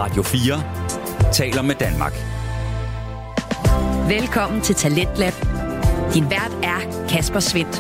Radio 4 taler med Danmark. Velkommen til Talentlab. Din vært er Kasper Svendt.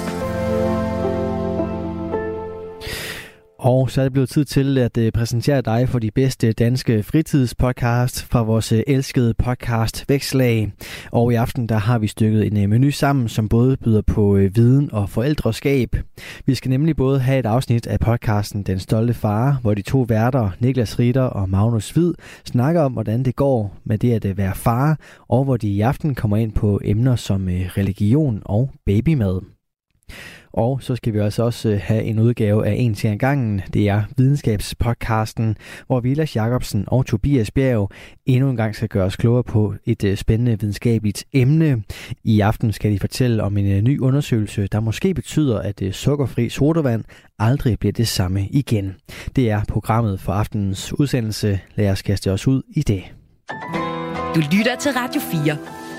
Og så er det blevet tid til at præsentere dig for de bedste danske fritidspodcast fra vores elskede podcast Vækslag. Og i aften der har vi stykket en menu sammen, som både byder på viden og forældreskab. Vi skal nemlig både have et afsnit af podcasten Den Stolte Far, hvor de to værter, Niklas Ritter og Magnus Hvid, snakker om, hvordan det går med det at være far, og hvor de i aften kommer ind på emner som religion og babymad. Og så skal vi også have en udgave af En til en gangen. Det er videnskabspodcasten, hvor Vilas Jacobsen og Tobias Bjerg endnu en gang skal gøre os klogere på et spændende videnskabeligt emne. I aften skal de fortælle om en ny undersøgelse, der måske betyder, at sukkerfri sodavand aldrig bliver det samme igen. Det er programmet for aftenens udsendelse. Lad os kaste os ud i det. Du lytter til Radio 4.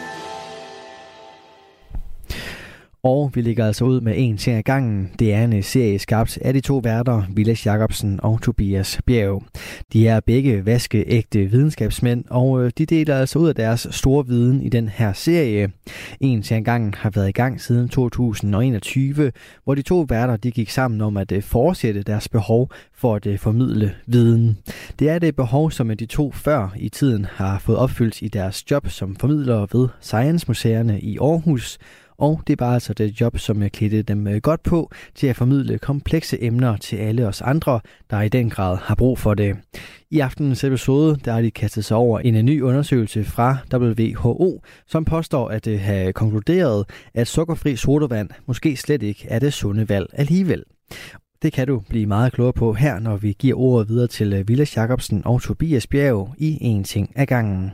Og vi ligger altså ud med En til gangen. Det er en serie skabt af de to værter, Vilas Jacobsen og Tobias Bjerg. De er begge vaskeægte videnskabsmænd, og de deler altså ud af deres store viden i den her serie. En til gangen har været i gang siden 2021, hvor de to værter de gik sammen om at fortsætte deres behov for at formidle viden. Det er det behov, som de to før i tiden har fået opfyldt i deres job som formidlere ved Science-museerne i Aarhus. Og det er bare altså det job, som klædte dem godt på til at formidle komplekse emner til alle os andre, der i den grad har brug for det. I aftenens episode, der har de kastet sig over en ny undersøgelse fra WHO, som påstår at have konkluderet, at sukkerfri sodavand måske slet ikke er det sunde valg alligevel. Det kan du blive meget klogere på her, når vi giver ordet videre til Vilas Jacobsen og Tobias Bjerg i En ting ad gangen.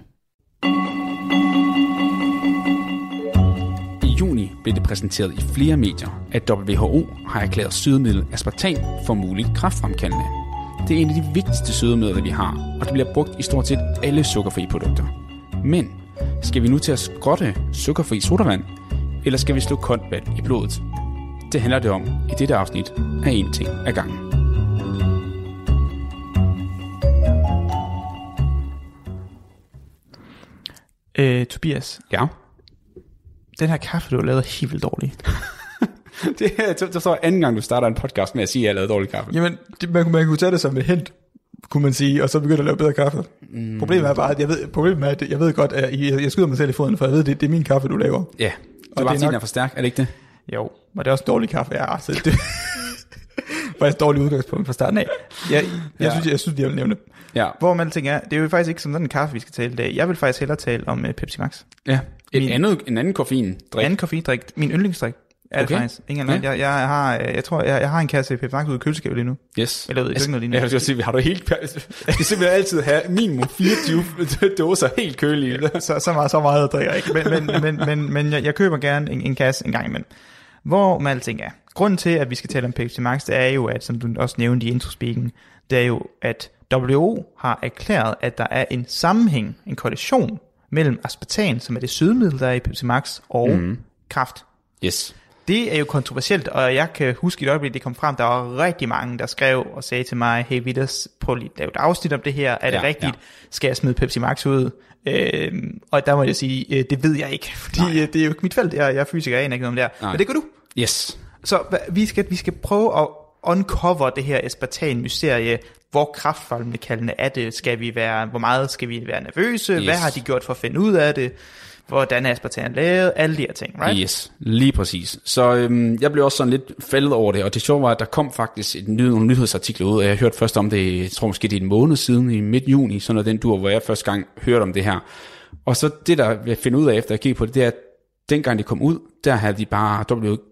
I juni blev det præsenteret i flere medier, at WHO har erklæret sødemidlet aspartam for muligt kræftfremkaldende. Det er en af de vigtigste sødemidler, vi har, og det bliver brugt i stort set alle sukkerfri produkter. Men skal vi nu til at skrotte sukkerfri sodavand, eller skal vi slå koldt vand i blodet? Det handler det om i dette afsnit af En ting ad gangen. Tobias. Ja? Den her kaffe, du har lavet, er helt vildt dårlig. det står anden gang, du starter en podcast med at sige, at jeg har lavet dårlig kaffe. Jamen, man kunne tage det som et hint, kunne man sige, og så begynde at lave bedre kaffe. Problemet er bare, at jeg ved godt, at jeg skyder mig selv i foden, for jeg ved, det er min kaffe, du laver. Ja, du var nok... for stærk, er det ikke det? Jo, men det er også dårlig kaffe, ja. Så det var et dårligt udgangspunkt fra starten af. Jeg synes, jeg vil nævne det. Ja. Hvor man tænker, det er jo faktisk ikke som sådan en kaffe, vi skal tale i dag. Jeg vil faktisk hellere tale om Pepsi Max. Ja, en anden koffeindrik. Anden koffeindrik, min yndlingsdrik. Er det faktisk. Ingen anden. Ja. Jeg har en kasse Pepsi Max ude i køleskabet lige nu. Yes. Eller ud i køkkenet lige nu. Jeg skal sige, har du helt... Jeg skal simpelthen altid have minimum 24 dåser helt kølige. Så meget drikker jeg ikke. Men jeg køber gerne en kasse en gang imellem. Hvor man alting er. Grunden til, at vi skal tale om Pepsi Max, det er jo, at som du også nævnte i introspeaken, det er jo, at WHO har erklæret, at der er en sammenhæng, en korrelation mellem aspartam, som er det sødemiddel, der er i Pepsi Max, og kræft. Yes. Det er jo kontroversielt, og jeg kan huske i et øjeblik, det kom frem, der var rigtig mange, der skrev og sagde til mig, hey Vilas, prøv lige at lave et afsnit om det her, er det rigtigt? Ja. Skal jeg smide Pepsi Max ud? Og der må jeg sige, det ved jeg ikke, fordi det er jo ikke mit felt, jeg er fysiker, jeg aner ikke noget om det her. Men det gør du. Yes. Så vi skal prøve at uncover det her aspartam-mysterie. Hvor kræftfremkaldende er det? Hvor meget skal vi være nervøse? Yes. Hvad har de gjort for at finde ud af det? Hvordan er aspartam lavet? Alle de her ting, right? Yes, lige præcis. Så jeg blev også sådan lidt faldet over det, og det sjove var, at der kom faktisk nogle nyhedsartikler ud, og jeg hørte først om det, jeg tror måske det er en måned siden, i midt juni, sådan noget den dur, hvor jeg første gang hørte om det her. Og så det, der jeg finder ud af, efter jeg kiggede på det, det er, at dengang det kom ud, der havde de bare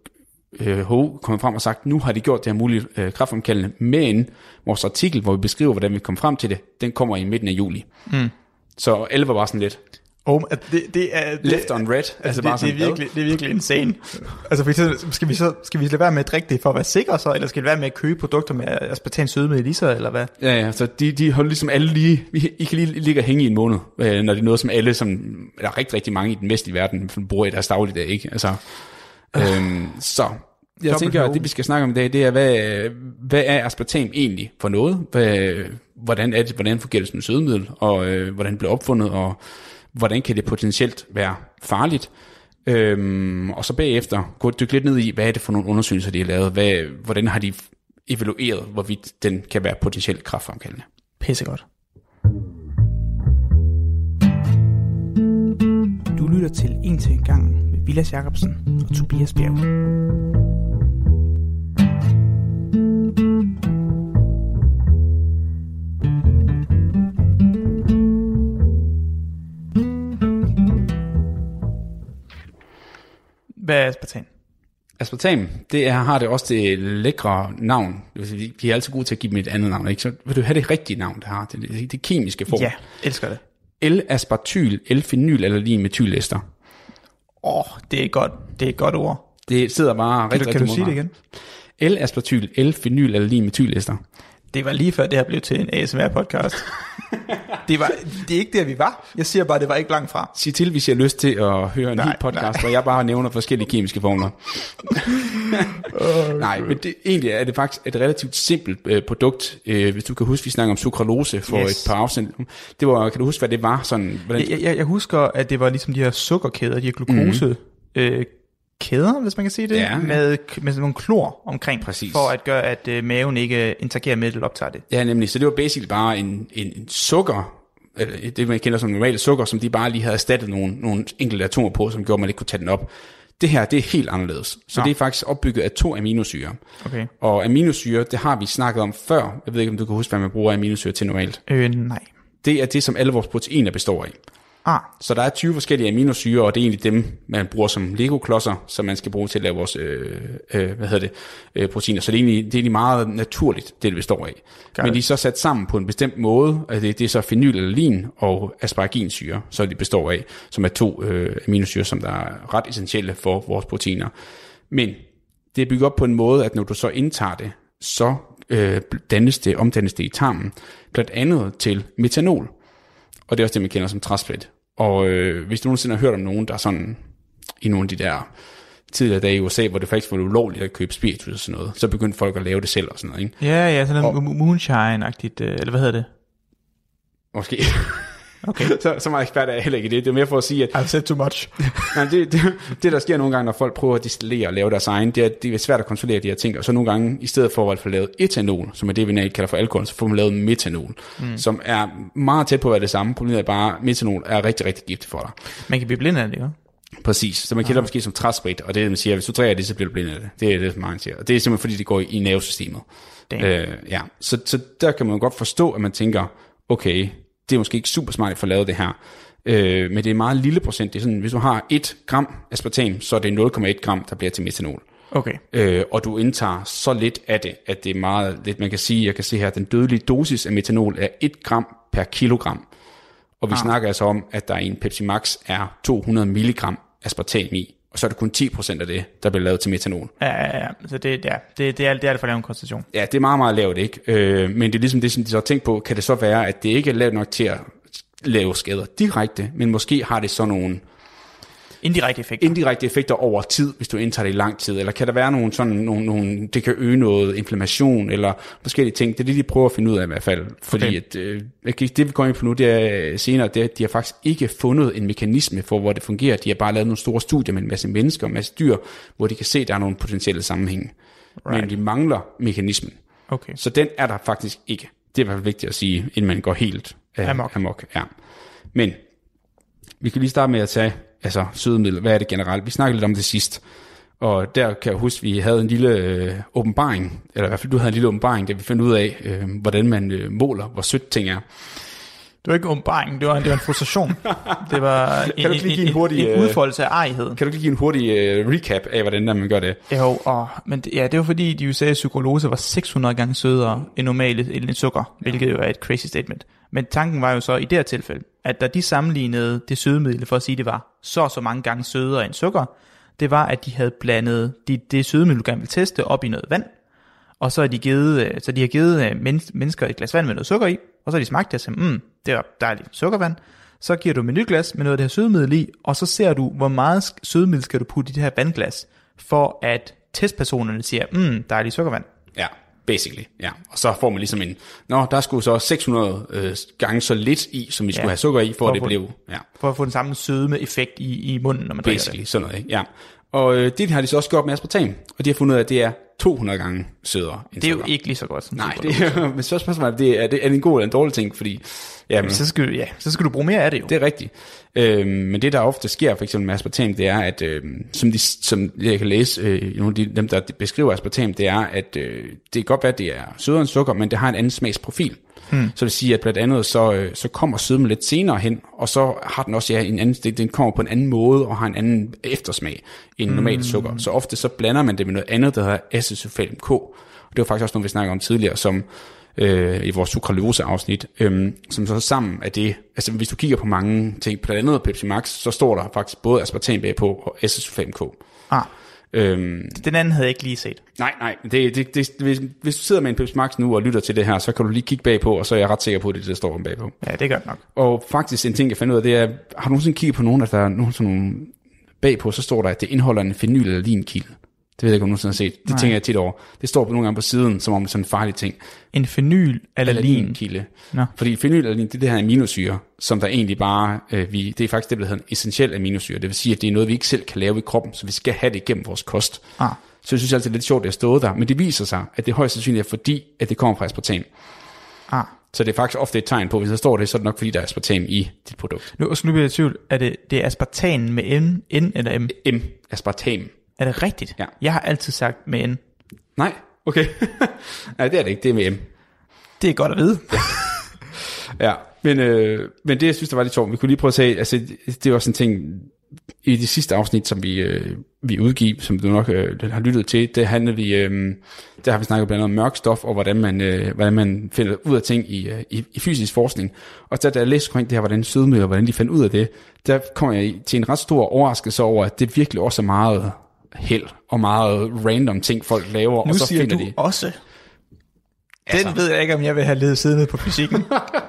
WHO kommet frem og sagt, nu har de gjort det her muligt kræftfremkaldende, men vores artikel, hvor vi beskriver, hvordan vi kom frem til det, den kommer i midten af juli. Så alle var bare sådan lidt det er left on red. Altså bare sådan, det er virkelig insane. Altså for eksempel, skal vi lade være med at drikke det for at være sikre så, eller skal vi lade være med at købe produkter med aspartam sødemiddel i sig, eller hvad? Ja, så de holder ligesom alle lige, I kan lige ligge og hænge i en måned, når det er noget, som alle, eller rigtig, rigtig mange i den vestlige verden bruger i deres dagligdag, ikke? Altså, så Jeg tænker, at det vi skal snakke om i dag, det er, hvad er aspartam egentlig for noget? Hvordan fungerer det som et sødemiddel, og hvordan det bliver opfundet, og hvordan kan det potentielt være farligt? Og så bagefter gå dykke lidt ned i, hvad er det for nogle undersøgelser, de har lavet? Hvordan har de evalueret, hvorvidt den kan være potentielt kræftfremkaldende? Pissegodt. Du lytter til En til en gang med Vilas Jacobsen og Tobias Bjerg. Hvad er aspartam? Aspartam, har det også det lækre navn. Vi er altid gode til at give dem et andet navn, ikke? Så vil du have det rigtige navn, det har. Det kemiske form. Ja, elsker det. L-aspartyl, L-phenyl eller lige metylester. Det er et godt ord. Det sidder bare rigtig Kan du sige det igen? L-aspartyl, L-phenyl eller lige metylester. Det var lige før det her blev til en ASMR-podcast. Det er ikke der, vi var. Jeg siger bare, det var ikke langt fra. Sig til, hvis jeg har lyst til at høre en hel podcast, hvor jeg bare nævner forskellige kemiske formler. Nej, men egentlig er det faktisk et relativt simpelt produkt. Hvis du kan huske, vi snakker om sukralose for et par afsnit. Kan du huske, hvad det var? Sådan, jeg husker, at det var ligesom de her sukkerkæder, de her glukose kæder, hvis man kan sige det, med sådan nogle klor omkring, præcis, for at gøre, at maven ikke interagerer med det, eller optager det. Ja, nemlig. Så det var basically bare en sukker, det man kender som normale sukker, som de bare lige havde erstattet nogle enkelte atomer på, som gjorde, at man ikke kunne tage den op. Det her, det er helt anderledes. Så det er faktisk opbygget af 2 aminosyrer. Okay. Og aminosyrer, det har vi snakket om før. Jeg ved ikke, om du kan huske, hvad man bruger aminosyrer til normalt. Nej. Det er det, som alle vores proteiner består af. Så der er 20 forskellige aminosyrer, og det er egentlig dem, man bruger som Lego-klodser, som man skal bruge til at lave vores proteiner. Så det er egentlig meget naturligt, det består af. Men de er så sat sammen på en bestemt måde, og det er så phenylalanine og asparaginsyre, så det består af, som er 2 aminosyrer, som der er ret essentielle for vores proteiner. Men det er bygget op på en måde, at når du så indtager det, så omdannes det i tarmen, blandt andet til metanol. Og det er også det, man kender som transfedt. Og hvis du nogensinde har hørt om nogen, der er sådan i nogle af de der tidligere dage i USA, hvor det faktisk var ulovligt at købe spiritus og sådan noget, så begyndte folk at lave det selv og sådan noget, ikke? Ja, sådan noget moonshine-agtigt, eller hvad hedder det? Måske. Okay. så meget ekspert er jeg heller ikke i det. Det er mere for at sige, at I've said too much. Nej, det der sker nogle gange, når folk prøver at destillere og lave deres egen, det er svært at kontrollere de her ting. Og så nogle gange, i stedet for at få lavet etanol, som er det, vi kalder for alkohol, så får man lavet metanol, som er meget tæt på at være det samme. Problemet er bare, at metanol er rigtig, rigtig giftigt for dig. Man kan blive blind af det, jo. Præcis, så man kender måske som træsprit, og det man siger, hvis du drikker det, så bliver du blind af det. Det er det, som mange siger. Og det er simpelthen fordi, det går i nervesystemet. Så der kan man godt forstå, at man tænker, okay, det er måske ikke super smart at få lavet det her, men det er en meget lille procent. Det er sådan, hvis du har 1 gram aspartam, så er det 0,1 gram, der bliver til metanol. Okay. Og du indtager så lidt af det, at det er meget lidt. Man kan sige, jeg kan se her, at den dødelige dosis af metanol er 1 gram per kilogram. Og vi snakker altså om, at der i en Pepsi Max er 200 milligram aspartam i, og så er det kun 10% af det, der bliver lavet til metanol. Ja. Så det er det for at lave en koncentration. Ja, det er meget, meget lavt, ikke? Men det er ligesom det, som de så har tænkt på, kan det så være, at det ikke er lavt nok til at lave skader direkte, men måske har det så nogle indirekte effekter over tid, hvis du indtager det i lang tid, eller kan der være nogle det kan øge noget inflammation, eller forskellige ting. Det er det, de prøver at finde ud af i hvert fald, fordi at, det vi går ind på nu, det er senere, det er, at de har faktisk ikke fundet en mekanisme for, hvor det fungerer. De har bare lavet nogle store studier med en masse mennesker og en masse dyr, hvor de kan se, at der er nogle potentielle sammenhænge. Right. Men de mangler mekanismen. Okay. Så den er der faktisk ikke. Det er i hvert fald vigtigt at sige, inden man går helt amok. Ja. Men vi kan lige starte med at tage sødemiddel. Hvad er det generelt? Vi snakkede lidt om det sidst. Og der kan jeg huske, at vi havde en lille åbenbaring, eller i hvert fald du havde en lille åbenbaring, der vi fandt ud af, hvordan man måler, hvor sødt ting er. Det var ikke åbenbaring, det var en frustration. Det var en udfoldelse af arighed. Kan du lige give en hurtig recap af, hvordan man gør det? Jo, men det var fordi, de jo sagde, at sukralose var 600 gange sødere end normalt end sukker, hvilket jo er et crazy statement. Men tanken var jo så i det her tilfælde, at da de sammenlignede det sødemiddel, for at sige, at det var så mange gange sødere end sukker, det var, at de havde blandet det sødemiddel, du gerne ville teste, op i noget vand, og så har de givet mennesker et glas vand med noget sukker i, og så har de smagt det og sagt, det var dejligt sukkervand. Så giver du dem et nyt glas med noget af det her sødemiddel i, og så ser du, hvor meget sødemiddel skal du putte i det her vandglas, for at testpersonerne siger, dejlig sukkervand. Ja, basically, ja. Og så får man ligesom der skulle så 600 gange så lidt i, som vi skulle have sukker i, for at det blev... Ja. For at få den samme sødme effekt i munden, når man drikker det. Basically, sådan noget, ikke? Ja. Og det har de så også gjort med aspartam, og de har fundet ud af, at det er 200 gange sødere end det er sukker. jo ikke lige så godt som nej, men så spørgsmålet er det en god eller en dårlig ting, fordi... Jamen, så skal du bruge mere af det jo. Det er rigtigt. Men det, der ofte sker, for eksempel med aspartam, det er, at som jeg kan læse, nogle af dem, der beskriver aspartam, det er, at det kan godt være, at det er sødere end sukker, men det har en anden smagsprofil. Så det vil sige, at blandt andet, så kommer sødmen lidt senere hen, og så har den også en anden, den kommer på en anden måde, og har en anden eftersmag end normalt sukker. Så ofte så blander man det med noget andet, der hedder acesulfam K. Og det var faktisk også noget, vi snakkede om tidligere, som i vores sukralose-afsnit, som så sammen af det, altså hvis du kigger på mange ting, blandt andet Pepsi Max, så står der faktisk både aspartam bag på og acesulfam K. Den anden havde jeg ikke lige set. Nej, hvis du sidder med en Pepsi Max nu og lytter til det her, så kan du lige kigge bagpå, og så er jeg ret sikker på, at det der står om bagpå. Ja, det gør det nok. Og faktisk en ting, jeg fandt ud af, det er, har du nogensinde kigget på nogen, at der er nogen sådan nogle bagpå, så står der, at det indeholder en phenylalaninkilde. Det ved jeg ikke, om du nogensinde har set. Det tænker jeg tit over. Det står på nogle gange på siden, som om det er sådan en farlig ting. En phenylalanin-kilde. Fordi phenylalanin, det er det her aminosyre, som der egentlig bare, det er faktisk det, der hedder en essentiel aminosyre. Det vil sige, at det er noget, vi ikke selv kan lave i kroppen, så vi skal have det igennem vores kost. Så jeg synes altid, det er lidt sjovt, at det har stået der. Men det viser sig, at det højst sandsynligt er fordi, at det kommer fra aspartam. Så det er faktisk ofte et tegn på, hvis der står det, så er det nok fordi, der er aspartam i dit produkt. Nu bliver jeg i tvivl. Er det aspartam med N eller M? M, aspartam. Er det rigtigt? Ja. Jeg har altid sagt med N. Nej, okay. Nej, det er det ikke. Det er med M. Det er godt at vide. Ja, men det, jeg synes, der var lidt sjovt, vi kunne lige prøve at sige, altså, det var sådan en ting, i det sidste afsnit, som vi udgiv, som du nok har lyttet til, der handlede der har vi snakket blandt andet om mørk stof, og hvordan man finder ud af ting i fysisk forskning. Og da jeg læste omkring det her, hvordan sødme, og hvordan de fandt ud af det, der kom jeg til en ret stor overraskelse over, at det virkelig også er meget held, og meget random ting, folk laver. Nu og så siger finder du de også. Den ved jeg ikke, om jeg vil have ledet siddende på fysikken.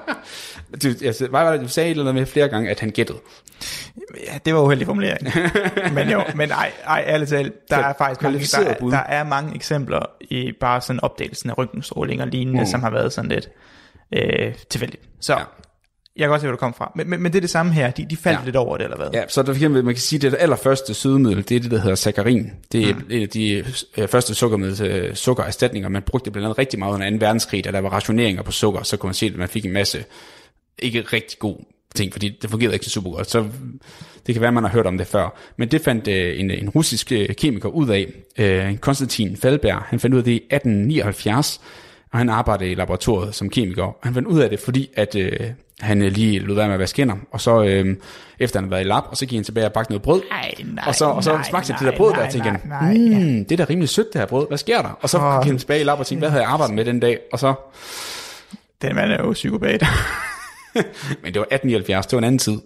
Hvad var det, du sagde et eller andet med flere gange, at han gættede? Ja, det var uheldig formulering. men ej, ærligt talt, der er faktisk der er mange eksempler i bare sådan opdagelsen af røntgenstråling og lignende, som har været sådan lidt tilfældigt. Så jeg kan godt se, hvor du kom fra. Men det er det samme her. De faldt lidt over det, eller hvad? Ja, så der, man kan sige, at det allerførste sødemiddel, det er det, der hedder saccharin. Det er et af de første sukkererstatninger. Man brugte blandt andet rigtig meget under 2. verdenskrig, da der var rationeringer på sukker, så kunne man se, at man fik en masse ikke rigtig god ting, fordi det fungerede ikke så super godt. Så det kan være, man har hørt om det før. Men det fandt en russisk kemiker ud af, Konstantin Fallberg. Han fandt ud af det i 1879, og han arbejdede i laboratoriet som kemiker. Han fandt ud af det, fordi at han lige lod være med at vaske hænder, og så efter han havde været i lab, og så gik han tilbage og bagte noget brød, og så smagte han det der brød, der tænkte han, det er da rimelig sødt, det her brød, hvad sker der? Og så gik han tilbage i lab og tænkte, hvad havde jeg arbejdet med den dag? Og så... Den mand er jo psykopat. Men det var 1879, det var en anden tid.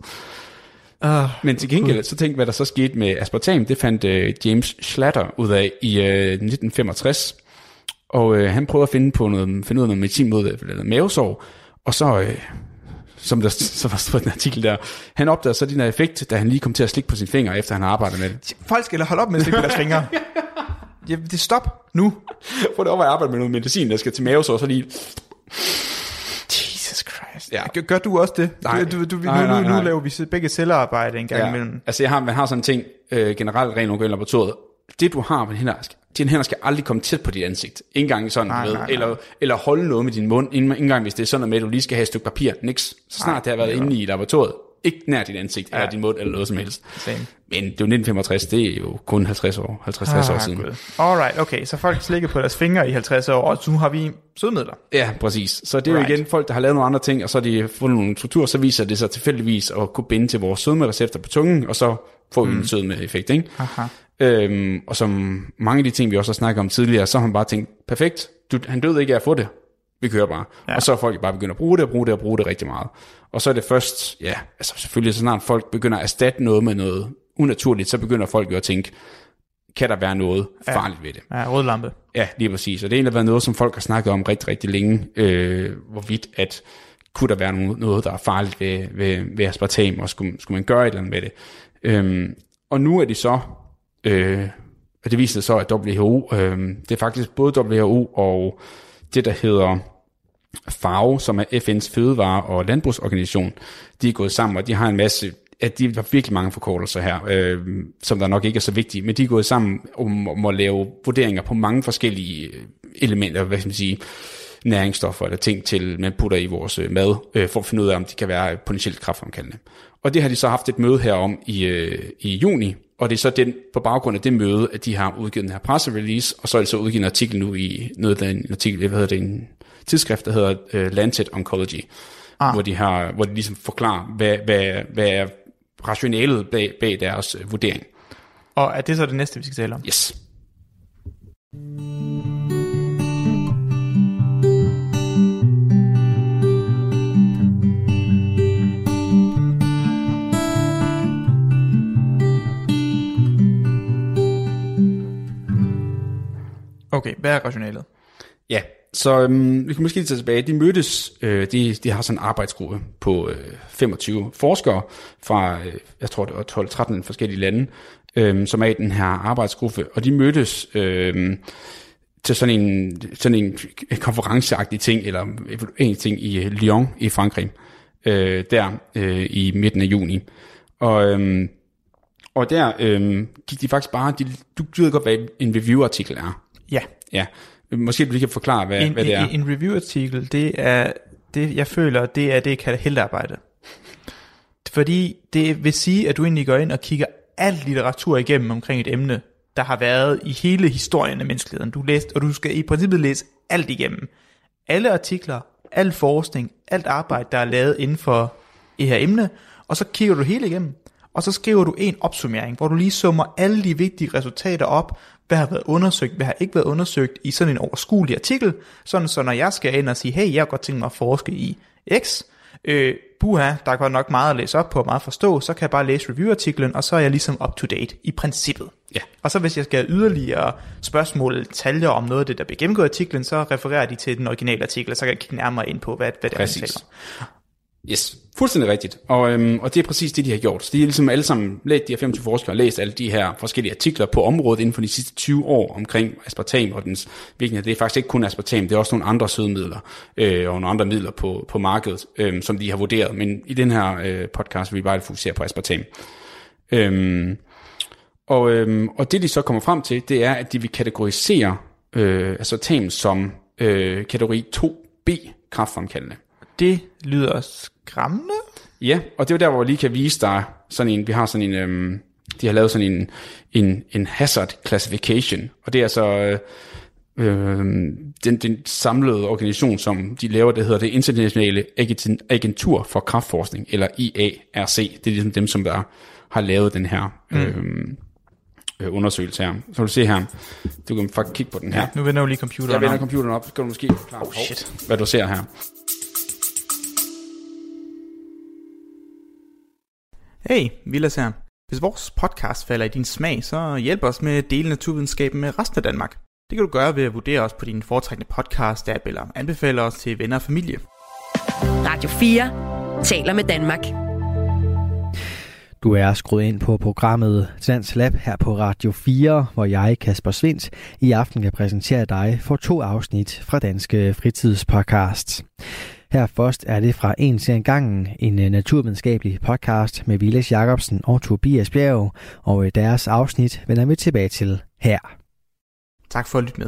Men til gengæld, så tænkte hvad der så skete med aspartam, det fandt James Schlatter ud af i 1965, og han prøvede at finde ud af noget medicin mod mavesår, og så... som der var stået en artikel der. Han opdagede så den her effekt, da han lige kom til at slikke på sine fingre, efter han har arbejdet med det. Folk skal holde op med at slikke på deres fingre. Ja, det stop nu. For det over at arbejde med noget medicin, der skal til mavesår, så lige... Jesus Christ. Ja. Gør du også det? Nej. Nu laver vi begge cellerarbejde en gang imellem. Altså man har sådan en ting, generelt rent nogle laboratoriet. Det du har med dine hænder skal aldrig komme tæt på dit ansigt. Ikke engang sådan, eller holde noget med din mund. Ikke engang hvis det er sådan med, at du lige skal have et stykke papir. Niks. Så snart det har været inde i laboratoriet. Ikke nær dit ansigt, eller din mund, eller noget som helst. Same. Men det er jo 1965, det er jo kun 50 år siden. God. Alright, okay. Så folk slikker på deres fingre i 50 år, og nu har vi sødemidler. Ja, præcis. Så det er jo igen folk, der har lavet nogle andre ting, og så har de fundet nogle strukturer, så viser det sig tilfældigvis at kunne binde til vores sødmerecepter på tungen, og så får vi en sødmeeffekt, ikke? Aha. Og som mange af de ting, vi også har snakket om tidligere, så har han bare tænkt, perfekt, han døde ikke af at få det. Vi kører bare. Ja. Og så er folk bare begyndt at bruge det rigtig meget. Og så er det først, selvfølgelig så snart folk begynder at erstatte noget med noget unaturligt, så begynder folk jo at tænke, kan der være noget farligt ved det? Ja, rød lampe. Ja, lige præcis. Og det er egentlig været noget, som folk har snakket om rigtig, rigtig længe, hvorvidt at kunne der være noget, der er farligt ved aspartam, og skulle man gøre et eller andet med det. Og nu er de så, Og det viser så, at WHO, det er faktisk både WHO og det, der hedder FAO, som er FN's fødevare- og landbrugsorganisation, de er gået sammen, og de har en masse, at de har virkelig mange forkortelser her, som der nok ikke er så vigtige, men de er gået sammen om at lave vurderinger på mange forskellige elementer, hvad skal man sige, næringsstoffer eller ting til, man putter i vores mad, for at finde ud af, om de kan være potentielt kræftfremkaldende. Og det har de så haft et møde her om i juni, og det er så på baggrund af det møde, at de har udgivet den her presserelease, og så er det så udgivet en artikel nu i en tidsskrift, der hedder Lancet Oncology, hvor de ligesom forklarer, hvad er rationalet bag deres vurdering. Og er det så det næste, vi skal tale om? Yes. Okay, hvad er rationalet? Ja, så vi kan måske lige tage tilbage. De mødtes, de har sådan en arbejdsgruppe på 25 forskere fra, jeg tror det var 12-13 forskellige lande, som er i den her arbejdsgruppe, og de mødtes til sådan en konferenceagtig ting, eller en ting i Lyon i Frankrig, i midten af juni. Og der gik de faktisk bare, du ved godt, hvad en review-artikel er. Ja. Måske du lige kan forklare, hvad det er. En review-artikel, det er det, jeg føler, det er det, jeg kalder heltearbejde. Fordi det vil sige, at du egentlig går ind og kigger alt litteratur igennem omkring et emne, der har været i hele historien af menneskeligheden. Du skal i princippet læse alt igennem. Alle artikler, al forskning, alt arbejde, der er lavet inden for det her emne, og så kigger du hele igennem, og så skriver du en opsummering, hvor du lige summer alle de vigtige resultater op, hvad har været undersøgt, hvad har ikke været undersøgt i sådan en overskuelig artikel, sådan så når jeg skal ind og sige, hey, jeg har godt tænkt mig at forske i X, der er godt nok meget at læse op på og meget at forstå, så kan jeg bare læse review-artiklen, og så er jeg ligesom up to date i princippet. Ja. Og så hvis jeg skal have yderligere spørgsmål, detaljer om noget af det, der bliver gennemgået i artiklen, så refererer de til den originale artikel, og så kan jeg kigge nærmere ind på, hvad det er, man taler om. Yes, fuldstændig rigtigt. Og det er præcis det, de har gjort. Så de har ligesom alle sammen læst, de her 25 forskere, læst alle de her forskellige artikler på området inden for de sidste 20 år omkring aspartam og dens virkning. Det er faktisk ikke kun aspartam, det er også nogle andre sødemidler og nogle andre midler på markedet, som de har vurderet. Men i den her podcast vil vi bare fokusere på aspartam. Og det de så kommer frem til, det er, at de vil kategorisere aspartam som kategori 2B kræftfremkaldende. Det lyder skræmmende. Ja, og det er der, hvor vi lige kan vise dig sådan en, vi har sådan en, de har lavet sådan en hazard classification, og det er altså den samlede organisation, som de laver, det hedder det Internationale Agentur for Kræftforskning, eller IARC. Det er ligesom dem, som der har lavet den her undersøgelse her. Så du se her, du kan faktisk kigge på den her. Ja, nu vender jeg lige computeren op. Jeg vender computeren op, så skal du måske forklare, hvad du ser her. Hey, Vilas her. Hvis vores podcast falder i din smag, så hjælp os med at dele naturvidenskaben med resten af Danmark. Det kan du gøre ved at vurdere os på din foretrækkende podcast-app eller anbefale os til venner og familie. Radio 4 taler med Danmark. Du er skruet ind på programmet Dansk Lab her på Radio 4, hvor jeg, Kasper Svindt, i aften kan præsentere dig for 2 afsnit fra Danske Fritidspodcasts. Her først er det fra En Serie Gangen, en naturvidenskabelig podcast med Vilas Jacobsen og Tobias Bjerg, og deres afsnit vender vi tilbage til her. Tak for at lytte med.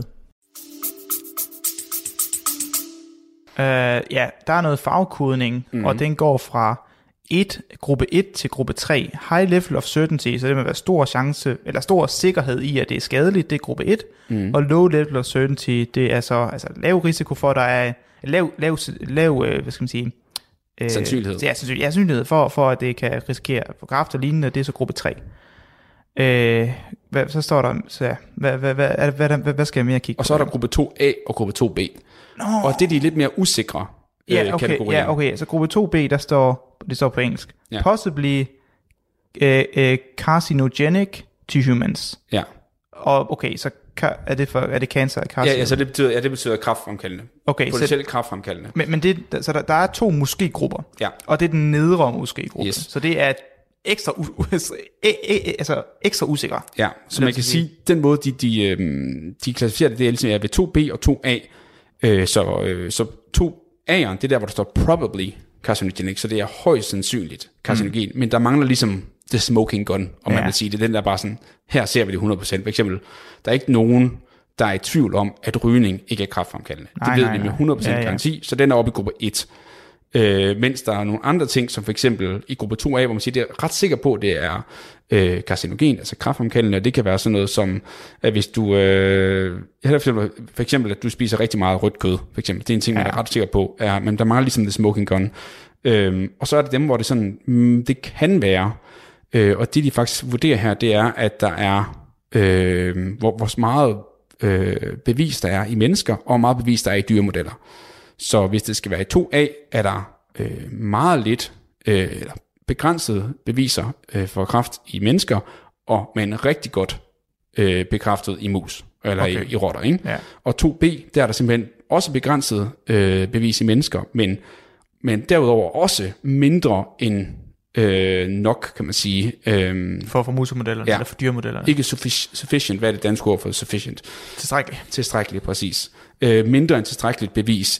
Der er noget farvekodning, og den går fra gruppe 1 til gruppe 3. High level of certainty, så det må være stor chance, eller stor sikkerhed i, at det er skadeligt, det er gruppe 1. Og low level of certainty, det er så altså lav risiko for, at der er lav hvad skal man sige, sandsynlighed. Sandsynlighed for, at det kan risikere for kræft og lignende, det er så gruppe 3. Så står der, så hvad skal jeg mere kigge på? Og så er der gruppe 2A og gruppe 2B. Og det er de lidt mere usikre kategorier. Ja, okay, så gruppe 2B, det står på engelsk. Ja. Possibly carcinogenic to humans. Ja. Og okay, så er det cancer? Ja, så det betyder kræftfremkaldende. Okay, potentielt kræftfremkaldende. Men det, så der er 2 muskelgrupper. Ja. Og det er den nedre muskelgruppe. Yes. Så det er ekstra usikre. Ja, så man kan sige, den måde, de klassificerer det er ligesom ved 2B og 2A. Så 2A'eren, det er der, hvor der står probably carcinogenic, så det er højst sandsynligt carcinogen, men der mangler ligesom the smoking gun, om man vil sige det. Den der bare sådan, her ser vi det 100%. For eksempel, der er ikke nogen, der er i tvivl om, at rygning ikke er kræftfremkaldende. Det ved vi med 100% garanti, så den er oppe i gruppe 1. Mens der er nogle andre ting, som for eksempel i gruppe 2A, hvor man siger, det er ret sikker på, at det er carcinogen, altså kræftfremkaldende, og det kan være sådan noget som, at hvis du, for eksempel, at du spiser rigtig meget rødt kød, for eksempel, det er en ting, man er ret sikker på, men der mangler ligesom the smoking gun. Og så er det dem, hvor det sådan, det kan være, og det de faktisk vurderer her, det er, at der er, hvor meget bevis der er i mennesker, og hvor meget bevis der er i dyremodeller. Så hvis det skal være i 2A, er der meget lidt eller begrænsede beviser for kræft i mennesker, men rigtig godt bekræftet i mus, eller i rotter. Ikke? Ja. Og 2B, der er der simpelthen også begrænset bevis i mennesker, men derudover også mindre end nok, kan man sige. For musemodellerne, eller for dyremodellerne. Ikke sufficient, hvad er det danske ord for sufficient? Tilstrækkeligt, præcis. Mindre end tilstrækkeligt bevis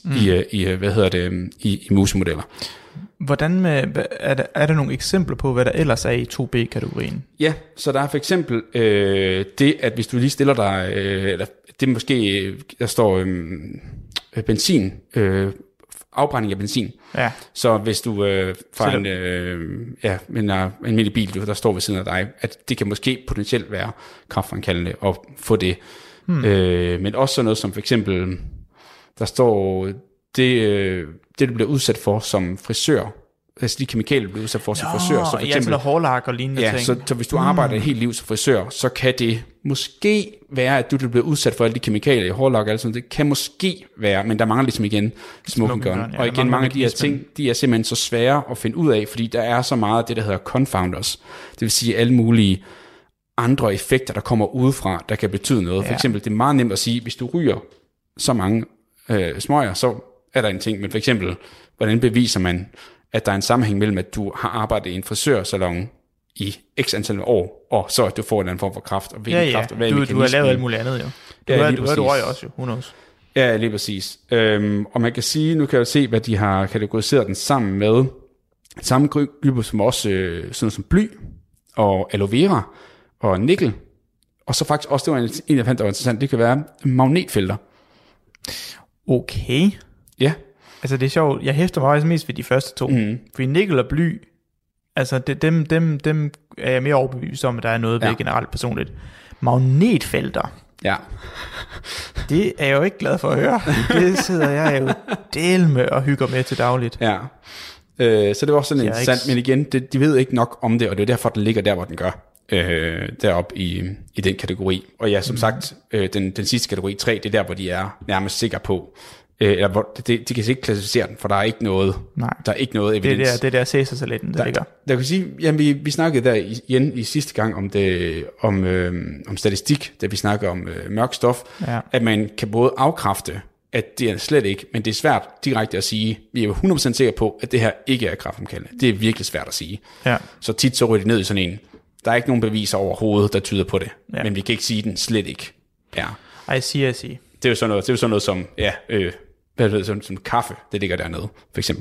i musemodeller. Hvordan er der nogle eksempler på, hvad der ellers er i 2B-kategorien? Ja, så der er for eksempel det, at hvis du lige stiller dig, eller det måske, der står benzin, afbrænding af benzin. Ja. Så hvis du fra en almindelig bil, der står ved siden af dig, at det kan måske potentielt være kræftfremkaldende at få det. Men også sådan noget som for eksempel, der står det du bliver udsat for som frisør, altså de kemikalier, du bliver udsat for som frisør. Så for eksempel, hårlak og lignende ting. Så hvis du arbejder et helt liv som frisør, så kan det måske være, at du bliver udsat for alle de kemikalier i hårlak, altså det kan måske være, men der mangler ligesom igen smoking gun. Ja, og igen, mange af de her ting, de er simpelthen så svære at finde ud af, fordi der er så meget af det, der hedder confounders. Det vil sige alle mulige andre effekter, der kommer udefra, der kan betyde noget. For eksempel, det er meget nemt at sige, hvis du ryger så mange smøger, så er der en ting, men for eksempel, hvordan beviser man, at der er en sammenhæng mellem, at du har arbejdet i en frisørsalon i x antal år, og så at du får en anden form for kræft. Og kræft, og du har lavet alt muligt andet, jo. Du røg også, jo. Who knows? Ja, lige præcis. Og man kan sige, nu kan jeg se, hvad de har kategoriseret den sammen med. Samme gruppe som også sådan som bly, og aloe vera, og nikkel. Og så faktisk også, det var en, jeg fandt, der var interessant, det kan være magnetfelter. Okay. Ja. Altså det er sjovt, jeg hæfter mig også mest ved de første to. Fordi nikkel og bly, altså dem er jeg mere overbevist om, at der er noget ved generelt personligt. Magnetfelter. Ja. Det er jeg jo ikke glad for at høre. Det sidder jeg jo del med og hygger med til dagligt. Ja. Så det var også sådan interessant, men igen, de ved ikke nok om det, og det er derfor, den ligger der, hvor den gør. Deroppe i den kategori. Og ja, som sagt, den sidste kategori 3, det er der, hvor de er nærmest sikre på, eller hvor de kan ikke klassificere den, for der er ikke noget, der er ikke noget evidens. Det der Caesar-salaten, der ligger. Der kan sige, jamen vi snakkede der igen i sidste gang om statistik, da vi snakkede om mørk stof, at man kan både afkræfte, at det er slet ikke, men det er svært direkte at sige, vi er 100% sikre på, at det her ikke er kræftfremkaldende. Det er virkelig svært at sige. Ja. Så tit så ryger det ned i sådan en, der er ikke nogen beviser overhovedet, der tyder på det, men vi kan ikke sige, den slet ikke er. I see. Det er jo sådan noget som, som kaffe, det ligger dernede, for eksempel.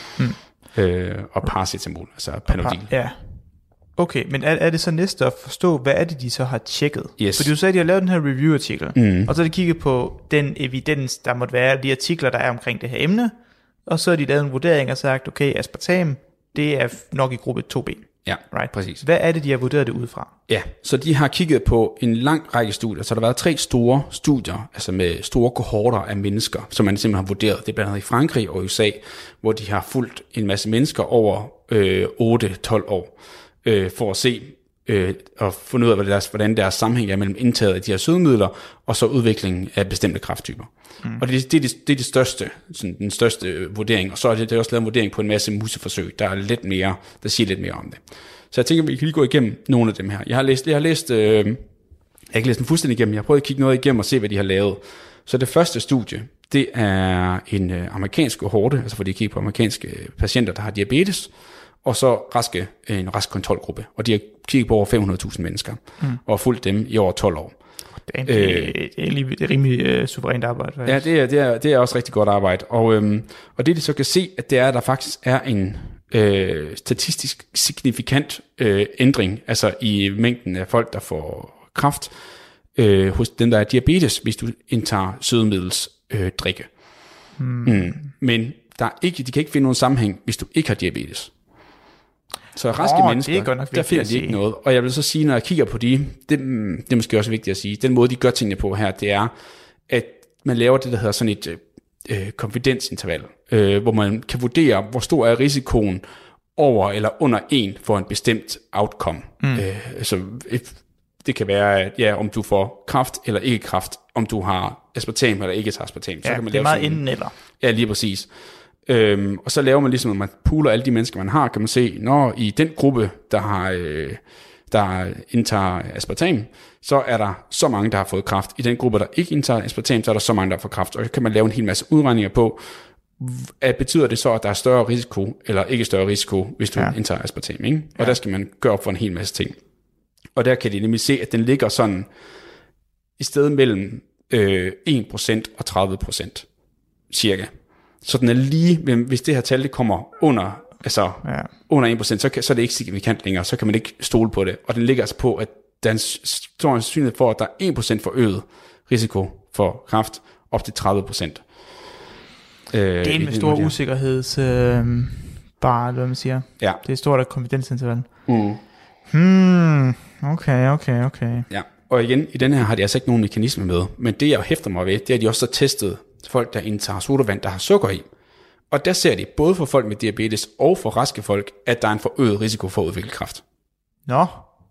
Og paracetamol, altså Panodil. Ja. Okay, men er det så næste at forstå, hvad er det, de så har tjekket? Yes. Fordi du sagde, at de har lavet den her review-artikel, og så har de kigget på den evidens, der måtte være, de artikler, der er omkring det her emne, og så har de lavet en vurdering og sagt, okay, aspartam, det er nok i gruppe 2B. Ja, right. Præcis. Hvad er det, de har vurderet det ud fra? Ja, så de har kigget på en lang række studier. Så der har været 3 store studier, altså med store kohorter af mennesker, som man simpelthen har vurderet. Det er blandt andet i Frankrig og USA, hvor de har fulgt en masse mennesker over 8-12 år, for at se og finde ud af, hvordan deres sammenhæng er mellem indtaget af de her sødemidler, og så udviklingen af bestemte kræfttyper. Og det er det største, sådan den største vurdering, og så er det også lavet en vurdering på en masse museforsøg, der siger lidt mere om det. Så jeg tænker, vi kan lige gå igennem nogle af dem her. Jeg har ikke læst den fuldstændig igennem, jeg har prøvet at kigge noget igennem og se, hvad de har lavet. Så det første studie, det er en amerikansk kohorte, altså hvor de kigger på amerikanske patienter, der har diabetes, og så en rask kontrolgruppe. Og de har kigget på over 500.000 mennesker, og fulgt dem i over 12 år. Det er rimelig suverænt arbejde. Faktisk. Ja, det er også rigtig godt arbejde. Og det de så kan se, at det er, at der faktisk er en statistisk signifikant ændring, altså i mængden af folk, der får kræft, hos den, der er diabetes, hvis du indtager sødemiddels drikke. Men de kan ikke finde nogen sammenhæng, hvis du ikke har diabetes. Så raske mennesker, der finder de ikke noget. Og jeg vil så sige, når jeg kigger på det er måske også vigtigt at sige, den måde, de gør tingene på her, det er, at man laver det, der hedder sådan et konfidensinterval, hvor man kan vurdere, hvor stor er risikoen over eller under 1 for en bestemt outcome. Så det kan være, at om du får kræft eller ikke kræft, om du har aspartam eller ikke har aspartam. Så kan man det er meget inden eller. Ja, lige præcis. Og så laver man ligesom, at man pooler alle de mennesker, man har, kan man se, når i den gruppe, der indtager aspartam, så er der så mange, der har fået kræft. I den gruppe, der ikke indtager aspartam, så er der så mange, der har fået kræft. Og så kan man lave en hel masse udregninger på, betyder det så, at der er større risiko, eller ikke større risiko, hvis du indtager aspartam, ikke? Og der skal man gøre op for en hel masse ting. Og der kan de nemlig se, at den ligger sådan i stedet mellem 1% og 30%, cirka. Så den er lige, hvis det her tal det kommer under, under 1%, så er det ikke signifikant længere, så kan man ikke stole på det. Og den ligger altså på, at der er en stor sandsynlighed for, at der er 1% forøget risiko for kræft, op til 30%. Det er en med stor usikkerheds, bare hvad man siger. Ja. Det er stort af konfidensinterval. Okay. Ja, og igen, i den her har de altså ikke nogen mekanisme med, men det jeg hæfter mig ved, det er, at de også har testet folk, der indtager sodavand, der har sukker i. Og der ser de, både for folk med diabetes og for raske folk, at der er en forøget risiko for at udvikle kræft. Nå.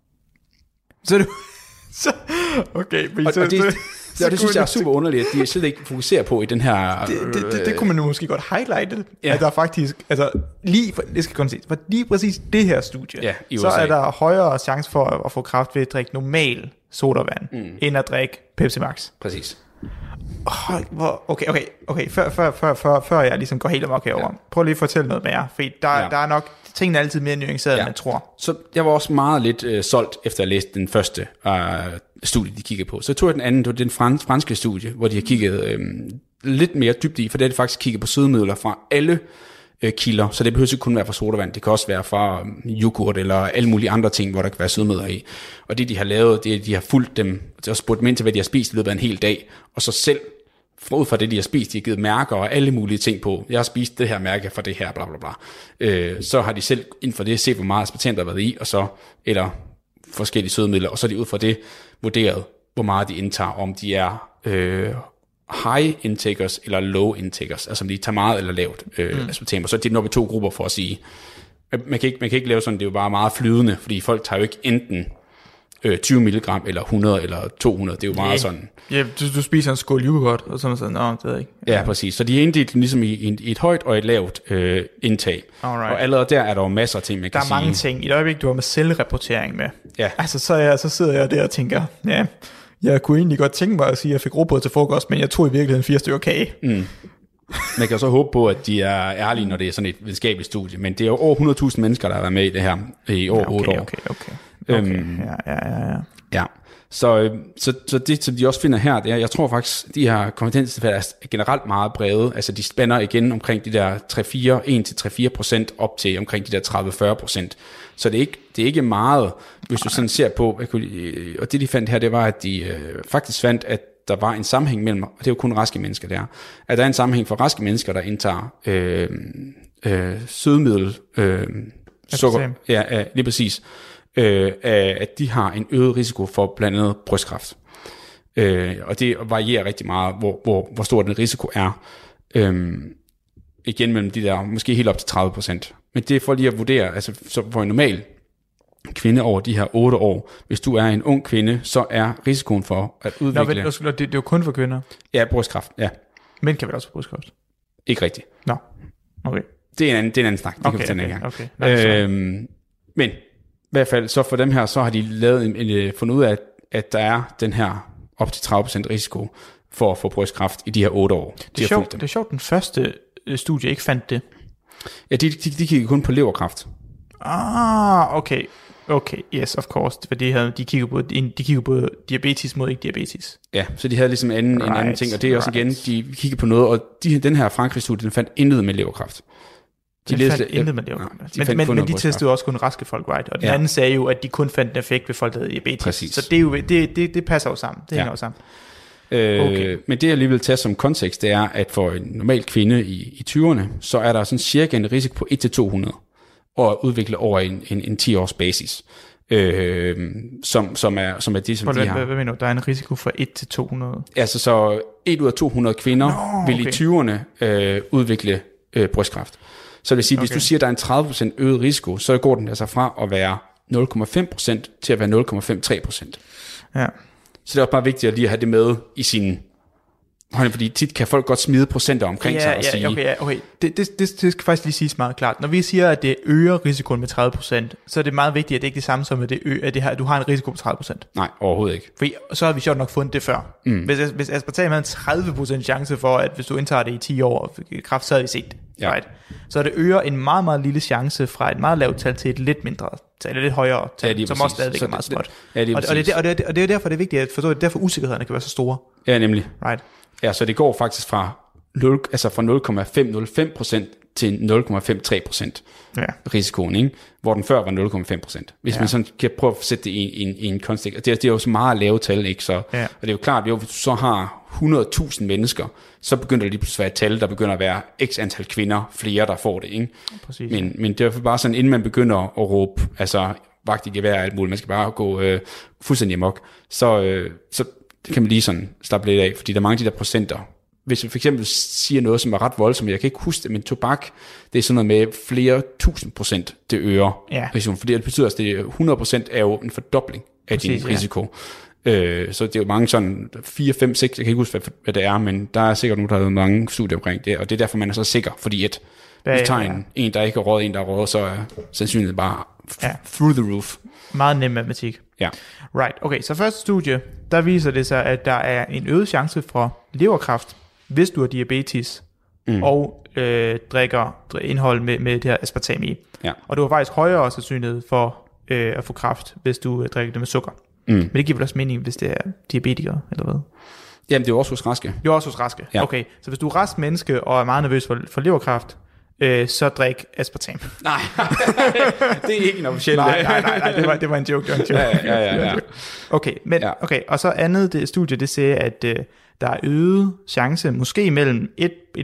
Okay. Det synes jeg er super underligt, at de slet ikke fokuserer på i den her. Det kunne man nu måske godt highlighte, at der faktisk, det skal kun ses, for lige præcis det her studie, så er der højere chance for at få kræft ved at drikke normal sodavand, end at drikke Pepsi Max. Præcis. Okay, før jeg ligesom går helt amok herover. Prøv lige at fortælle noget mere, for der er nok, tingene er altid mere nuanceret, end man tror. Så jeg var også meget lidt solgt, efter at læse den første studie, de kiggede på. Så tog jeg den anden, det var den franske studie, hvor de har kigget lidt mere dybt i, for det er de faktisk kigget på sødemidler fra alle kilder, så det behøver ikke kun være fra sodavand, det kan også være fra yoghurt eller alle mulige andre ting, hvor der kan være sødemidler i. Og det de har lavet, det er, at de har fulgt dem og spurgt dem ind til, hvad de har spist i løbet af en hel dag, og så selv ud fra det, de har spist, de har givet mærker og alle mulige ting på. Jeg har spist det her mærke for det her, bla bla bla. Så har de selv inden for det set, hvor meget aspartam der har været i, og så, eller forskellige sødemidler, og så har de ud fra det vurderet, hvor meget de indtager, om de er high intakers eller low intakers, altså om de tager meget eller lavt aspartam, og så er det nok i 2 grupper for at sige, man kan ikke lave sådan, det er jo bare meget flydende, fordi folk tager jo ikke enten 20 mg eller 100 eller 200, det er jo meget sådan. Ja, du spiser en skål yoghurt, og sådan noget, det ved jeg ikke. Ja, præcis. Så de er inddelt ligesom i et højt og et lavt indtag. Alright. Og allerede der er der jo masser af ting, man kan sige. Der er mange ting. I det øjeblik, du har med selvreportering med. Ja. Altså, så sidder jeg der og tænker, ja, jeg kunne egentlig godt tænke mig at sige, at jeg fik rugbrød til frokost, men jeg tog i virkeligheden 4 stykker kage. Man kan så håbe på, at de er ærlige, når det er sådan et videnskabeligt studie, men det er jo over 100.000 mennesker, der har været med i det her i over 8 år. Okay. Ja. Så det, som de også finder her, det er, jeg tror faktisk, de her kompetensintervaller er generelt meget brede. Altså, de spænder igen omkring de der 1-3-4% op til omkring de der 30-40%. Så det er ikke meget, hvis du sådan ser på, og det de fandt her, det var, at de faktisk fandt, at der var en sammenhæng mellem, og det er jo kun raske mennesker der, at der er en sammenhæng for raske mennesker, der indtager sødemiddel, sukker, lige præcis, at de har en øget risiko for blandt andet brystkræft. Og det varierer rigtig meget, hvor stor den risiko er. Igen mellem de der, måske helt op til 30%. Men det er for lige at vurdere, altså så for en normal kvinde over de her 8 år, hvis du er en ung kvinde, så er risikoen for at udvikle... Det er jo kun for kvinder. Ja, brystkræft, ja. Mænd kan vel også få brystkræft? Ikke rigtigt. Nå, okay. Det er en anden snak, det kan vi tage en gang. Okay. Men i hvert fald, så for dem her, så har de lavet fundet ud af, at der er den her op til 30% risiko for at få brystkræft i de her 8 år. Det er sjovt, den første studie ikke fandt det. Ja, de kiggede kun på leverkræft. Okay, yes, of course. For de kigger på diabetes mod ikke diabetes. Ja, så de havde ligesom en anden ting, og det er også igen, de kigger på noget, og den her Frankrig-studie, den fandt intet med leverkræft. Men de testede også kun raske folk, right? Og den anden sagde jo, at de kun fandt en effekt ved folk, der havde diabetes. Præcis. Så det, er jo, det passer jo sammen. Det hænger jo sammen. Men det jeg lige vil tage som kontekst, det er, at for en normal kvinde i 20'erne, så er der sådan cirka en risiko på 1-200 at udvikle over en 10-års basis. Som er det, som de har. Hvad mener du? Der er en risiko for 1-200? Altså så 1 ud af 200 kvinder vil i 20'erne udvikle brystkræft. Så det vil sige, hvis du siger, at der er en 30% øget risiko, så går den altså fra at være 0,5% til at være 0,53%. Ja. Så det er også bare vigtigt at lige have det med i sin hånd, fordi tit kan folk godt smide procenter omkring sig og sige... Okay. Det skal faktisk lige siges meget klart. Når vi siger, at det øger risikoen med 30%, så er det meget vigtigt, at det ikke er det samme som, at du har en risiko på 30%. Nej, overhovedet ikke. For så har vi sjovt nok fundet det før. Hvis aspartam havde en 30% chance for, at hvis du indtager det i 10 år, kræft, så havde vi set. Ja. Right? Så det øger en meget, meget lille chance fra et meget lavt tal til et lidt mindre tal, eller lidt højere tal, som også stadigvæk er meget småt. Og det er derfor, det er vigtigt at forstå, at derfor usikkerhederne kan være så store. Ja, nemlig. Right. Ja, så det går faktisk fra 0,505% til 0,53% risikoen, ikke? Hvor den før var 0,5%. Hvis man sådan kan prøve at sætte det i en kontekst. Og det er jo så meget lave tal, ikke? Så, og det er jo klart, at hvis du så har 100.000 mennesker, så begynder det lige pludselig at være et tal, der begynder at være x antal kvinder, flere der får det, ikke? Præcis. Men det er bare sådan, inden man begynder at råbe, altså vagt i gevær og alt muligt, man skal bare gå fuldstændig amok, så kan man lige sådan slappe lidt af, fordi der er mange af de der procenter. Hvis vi for eksempel siger noget, som er ret voldsomt, jeg kan ikke huske det, men tobak, det er sådan noget med flere 1000%, det øger risikoen, fordi det betyder, at det 100% er jo en fordobling af din risiko. Så det er jo mange sådan 4, 5, 6, jeg kan ikke huske, hvad det er, men der er sikkert nogen, der har lavet mange studier omkring det, og det er derfor, man er så sikker, fordi at hvis du tager en, der ikke er røget, en, der er røget, så er sandsynligheden bare through the roof. Meget nem matematik. Ja. Right, okay, så første studie, der viser det sig, at der er en øget chance for leverkræft, hvis du har diabetes, og drikker indhold med det her aspartam i. Ja. Og du har faktisk højere sandsynlighed for at få kræft, hvis du drikker det med sukker. Men det giver vel også mening, hvis det er diabetikere, eller hvad? Jamen, det er jo også hos raske. Det er også hos raske, okay. Så hvis du er rask menneske, og er meget nervøs for leverkræft, så drik aspartam. Nej, det er ikke en officiel. Nej, det var en joke. Ja. Okay, og så andet det studie, det siger, at der er øget chance, måske mellem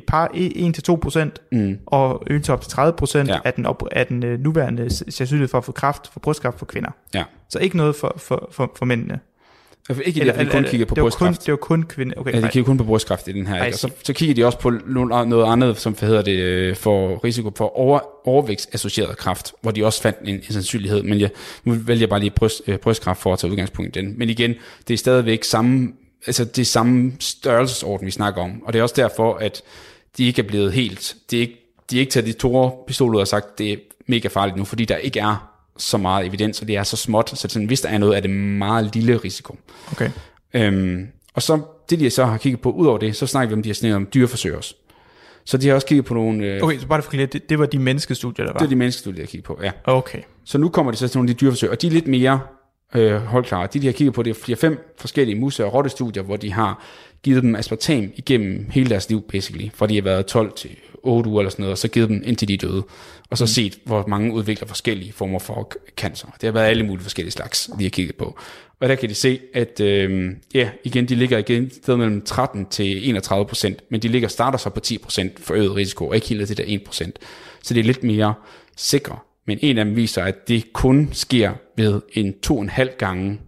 1-2%, og øget til op til 30% af den nuværende sandsynlighed for at få kræft, for brystkræft for kvinder. Ja. Så ikke noget for mændene. Ikke det, de kun kigger på brystkræft. Det var kun kvinder. Okay, de kigger kun på brystkræft i den her. Og så kigger de også på noget andet, som hedder det, for risiko for overvægtsassocieret kræft, hvor de også fandt en sandsynlighed. Men nu vælger jeg bare lige brystkræft for at tage udgangspunkt i den. Men igen, det er stadigvæk samme størrelsesorden, vi snakker om. Og det er også derfor, at de ikke er blevet helt... De er ikke taget de store pistoler og sagt, det er mega farligt nu, fordi der ikke er så meget evidens, og det er så småt, så sådan, hvis der er noget, er det meget lille risiko. Okay. Og så det, de så har kigget på, ud over det, så snakker vi om, de har snakket om dyreforsøg også. Så de har også kigget på nogle... Okay, så bare for at det var de menneskestudier, der var? Det er de menneskestudier, jeg kigger på, ja. Okay. Så nu kommer de så til nogle af de dyreforsøg, og de er lidt mere holdklare. De har kigget på, det er 4-5 forskellige mus- og rottestudier, hvor de har givet dem aspartam igennem hele deres liv, basically, fra de har været 12 til 8 uger eller sådan noget, og så givet dem indtil de døde, og så set, hvor mange udvikler forskellige former for cancer. Det har været alle mulige forskellige slags, de har kigget på. Og der kan de se, at igen, de ligger igen et sted mellem 13 til 31%, men de starter så på 10% for øget risiko, og ikke helt det der 1%. Så det er lidt mere sikre. Men en af dem viser, at det kun sker ved en 2,5 gange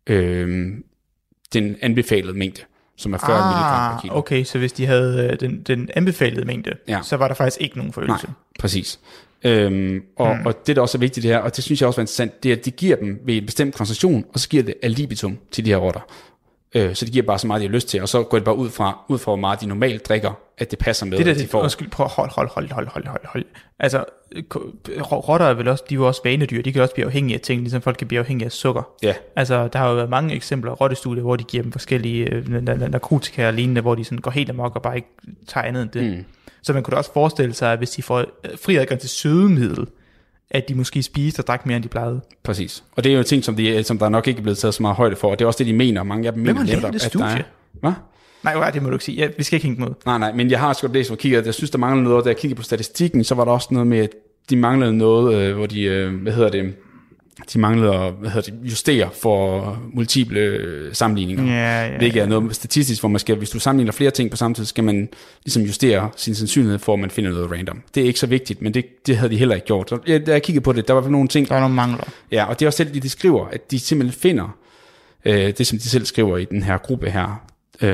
den anbefalede mængde, som er 40 mg per kilo. Okay, så hvis de havde den anbefalede mængde, så var der faktisk ikke nogen forøgelse. Nej, præcis. Og det, der også er vigtigt det her, og det synes jeg også var interessant, det er, at de giver dem ved en bestemt koncentration, og så giver det al libitum til de her rotter. Så det giver bare så meget, de har lyst til, og så går det bare ud fra hvor meget de normalt drikker, at det passer med, det der, at de får. Undskyld, prøv hold. Altså, rotter er vel også, de er jo også vanedyr, de kan også blive afhængige af ting, ligesom folk kan blive afhængige af sukker. Ja. Altså, der har jo været mange eksempler af rottestudier, hvor de giver dem forskellige narkotika og lignende, hvor de sådan går helt amok og bare ikke tager andet end det. Så man kunne da også forestille sig, at hvis de får fri adgang til sødemiddel, at de måske spiste og drak mere, end de plejede. Præcis. Og det er jo ting, som der nok ikke er blevet taget så meget højde for, og det er også det, de mener. Mange af dem mener netop, at der er... Hvad? Nej, det må du ikke sige. Ja, vi skal ikke hænge mod. Nej, men jeg har sgu læst og kigget, jeg synes, der mangler noget, da jeg kiggede på statistikken, så var der også noget med, at de manglede noget, hvor de, de manglede at justere for multiple sammenligninger. Ja. Hvilket er noget statistisk, hvor man skal, hvis du sammenligner flere ting på samme tid, skal man ligesom justere sin sandsynlighed for, at man finder noget random. Det er ikke så vigtigt, men det havde de heller ikke gjort. Så da jeg kiggede på det, der var nogle ting. Der er nogle mangler. Ja, og det er også selv, de skriver, at de simpelthen finder det, som de selv skriver i den her gruppe her.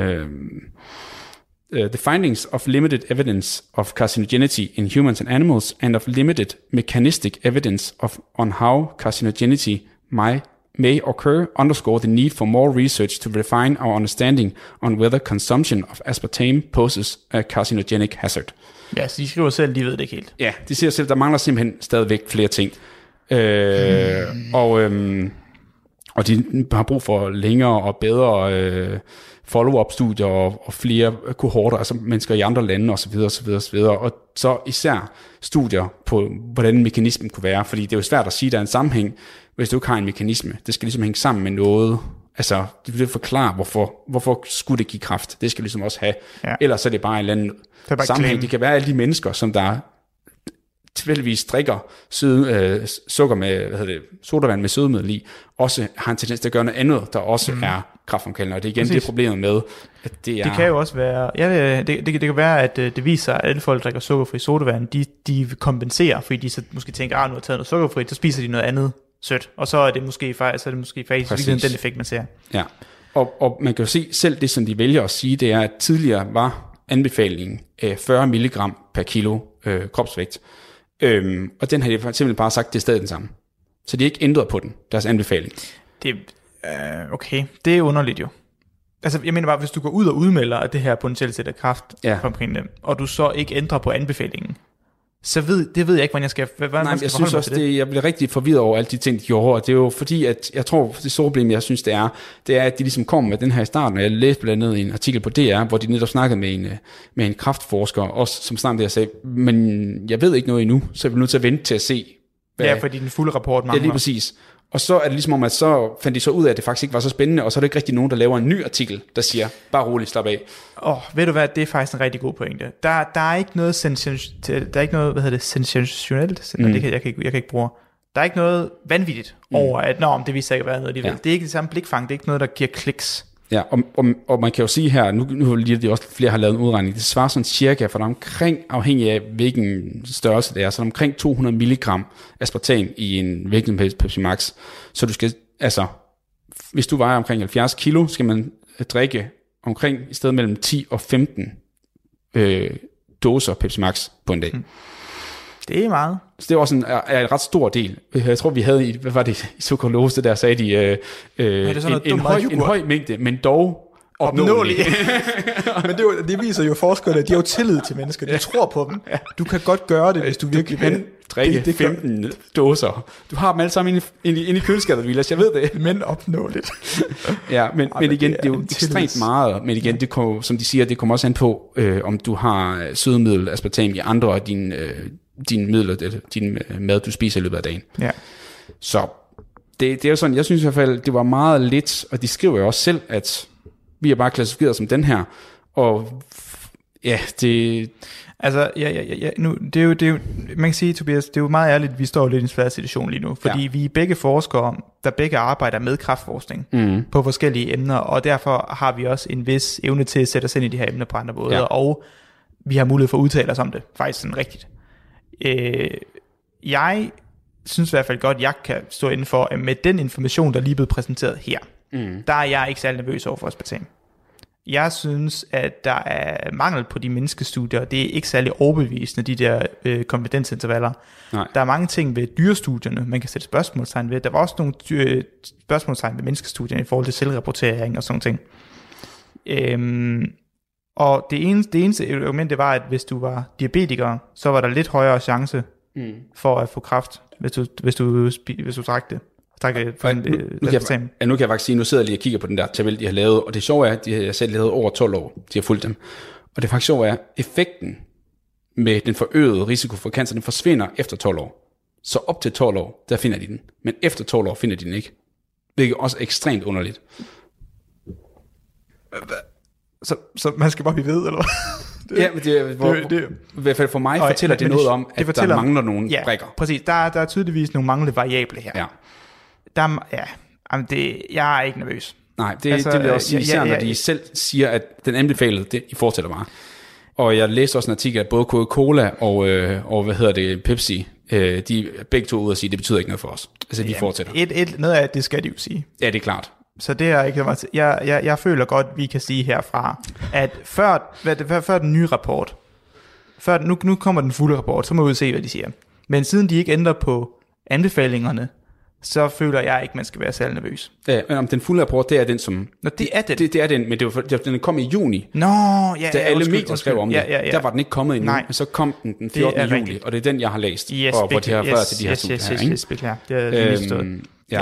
The findings of limited evidence of carcinogenity in humans and animals and of limited mechanistic evidence on how carcinogenity may occur underscore the need for more research to refine our understanding on whether consumption of aspartame poses a carcinogenic hazard. Ja, så de skriver selv, de ved det ikke helt. Ja, de siger selv, der mangler simpelthen stadigvæk flere ting. Og de har brug for længere og bedre follow-up-studier og flere kohorter, altså mennesker i andre lande osv. Og så især studier på, hvordan mekanismen kunne være, fordi det er jo svært at sige, at der er en sammenhæng, hvis du ikke har en mekanisme. Det skal ligesom hænge sammen med noget. Altså, det vil forklare, hvorfor skulle det give kræft. Det skal ligesom også have. Ja. Ellers er det bare en eller anden sammenhæng. Det kan være alle de mennesker, som der tilfældigvis drikker sukker med, sodavand med sødemiddel i, også har en tendens til at gøre noget andet, der også er kræftfremkaldende. Og det er igen det problemet med, at det er... Det kan jo også være... det kan være, at det viser, at alle folk, der drikker sukkerfri sodavand, de kompenserer, fordi de så måske tænker, nu har jeg taget noget sukkerfrit, så spiser de noget andet sødt. Og så er det måske faktisk den effekt, man ser. Ja, og man kan jo se, selv det, som de vælger at sige, det er, at tidligere var anbefalingen 40 mg per kilo kropsvægt. Og den har de simpelthen bare sagt, det er stadig den samme. Så de har ikke ændret på den, deres anbefaling. Okay, det er underligt jo. Altså, jeg mener bare, hvis du går ud og udmelder, at det her potentielt sætter kræft omkring dem, og du så ikke ændrer på anbefalingen, så ved jeg ikke, hvordan jeg skal jeg synes også, jeg bliver rigtig forvirret over alle de ting, de gjorde, og det er jo fordi, at jeg tror, det store problem, jeg synes, det er, at de ligesom kom med den her i starten, og jeg læste blandt andet en artikel på DR, hvor de netop snakkede med en kræftforsker, også som snart der sagde, men jeg ved ikke noget endnu, så jeg bliver nødt til at vente til at se. Fordi den fulde rapport mangler. Ja, lige præcis. Og så er det ligesom om, at så fandt de så ud af, at det faktisk ikke var så spændende, og så er det ikke rigtig nogen, der laver en ny artikel, der siger, bare roligt, slap af. Ved du hvad, det er faktisk en rigtig god pointe. Der er ikke noget sensationelt, jeg kan ikke bruge. Der er ikke noget vanvittigt over, at det viser ikke at være noget, de vil. Det er ikke det samme blikfang, det er ikke noget, der giver kliks. Ja, og man kan jo sige her, nu lige det også flere har lavet en udregning, det svarer sådan cirka, for der er omkring, afhængig af hvilken størrelse det er, så der er omkring 200 mg aspartam i en hvilken Pepsi Max. Så du skal, altså, hvis du vejer omkring 70 kilo, skal man drikke omkring i stedet mellem 10 og 15 dåser Pepsi Max på en dag. Det er meget. Så det er også en ret stor del. Jeg tror, vi havde i sukralose, der sagde de en høj mængde, men dog opnåelig. Men det viser jo forskerne, at de har jo tillid til mennesker. De tror på dem. Du kan godt gøre det, hvis du virkelig vil. Drikke 15 dåser. Du har dem alle sammen inde i køleskabet, Vilas, jeg ved det. Men opnåeligt. Ja, men igen, det er jo ekstremt meget. Men igen, det kommer, som de siger, det kommer også an på, om du har sødemiddel, aspartam i andre af dine midler, din mad, du spiser i løbet af dagen. Ja. Så det er jo sådan, jeg synes i hvert fald, det var meget lidt, og de skriver jo også selv, at vi er bare klassificeret som den her, og ja, det... Altså, nu, det er jo, man kan sige, Tobias, det er jo meget ærligt, vi står lidt i en svær situation lige nu, fordi vi er begge forskere, der begge arbejder med kræftforskning på forskellige emner, og derfor har vi også en vis evne til at sætte os ind i de her emner på andre måder, og vi har mulighed for at udtale os om det, faktisk sådan rigtigt. Jeg synes i hvert fald godt, at jeg kan stå inden for, at med den information, der lige er blevet præsenteret her, der er jeg ikke særlig nervøs over for aspartam. Jeg synes, at der er mangel på de menneskestudier. Det er ikke særlig overbevisende, de der kompetensintervaller. Nej. Der er mange ting ved dyrestudierne, man kan sætte spørgsmålstegn ved. Der var også nogle spørgsmålstegn ved menneskestudierne i forhold til selvrapportering og sådan ting. Og det eneste element, det var, at hvis du var diabetiker, så var der lidt højere chance for at få kræft, hvis du drak det. Nu kan jeg faktisk sige, nu sidder jeg lige og kigger på den der tabel, de har lavet, og det sjove er, at de har selv lavet over 12 år, de har fulgt dem. Og det faktisk sjove er, at effekten med den forøgede risiko for cancer, den forsvinder efter 12 år. Så op til 12 år, der finder de den. Men efter 12 år finder de den ikke. Det er også ekstremt underligt. Så man skal bare blive ved, eller hvad? Ja, men i hvert fald for mig fortæller det noget om, at der mangler nogle brikker. Præcis. Der er tydeligvis nogle manglende variable her. Jeg er ikke nervøs. Nej, det vil jeg også sige, især når de selv siger, at den anbefalede, I fortsætter bare. Og jeg læste også en artikel, at både Coca-Cola og Pepsi, de er begge to ude at sige, at det betyder ikke noget for os. Altså, de fortsætter. Noget af det skal de jo sige. Ja, det er klart. Så det er ikke meget. Jeg føler godt, vi kan sige herfra, at før den nye rapport, nu kommer den fulde rapport, så må vi se, hvad de siger. Men siden de ikke ændrer på anbefalingerne, så føler jeg ikke, man skal være særlig nervøs. Ja, men om den fulde rapport, det er den, som... Nå, det er den. Det er den, men den kom i juni. Nå, ja. Da alle medier skrev om det. Der var den ikke kommet endnu, men så kom den 14. juli, og det er den, jeg har læst. Og hvor de har refereret til de her studier her, ikke? Det er misforstået.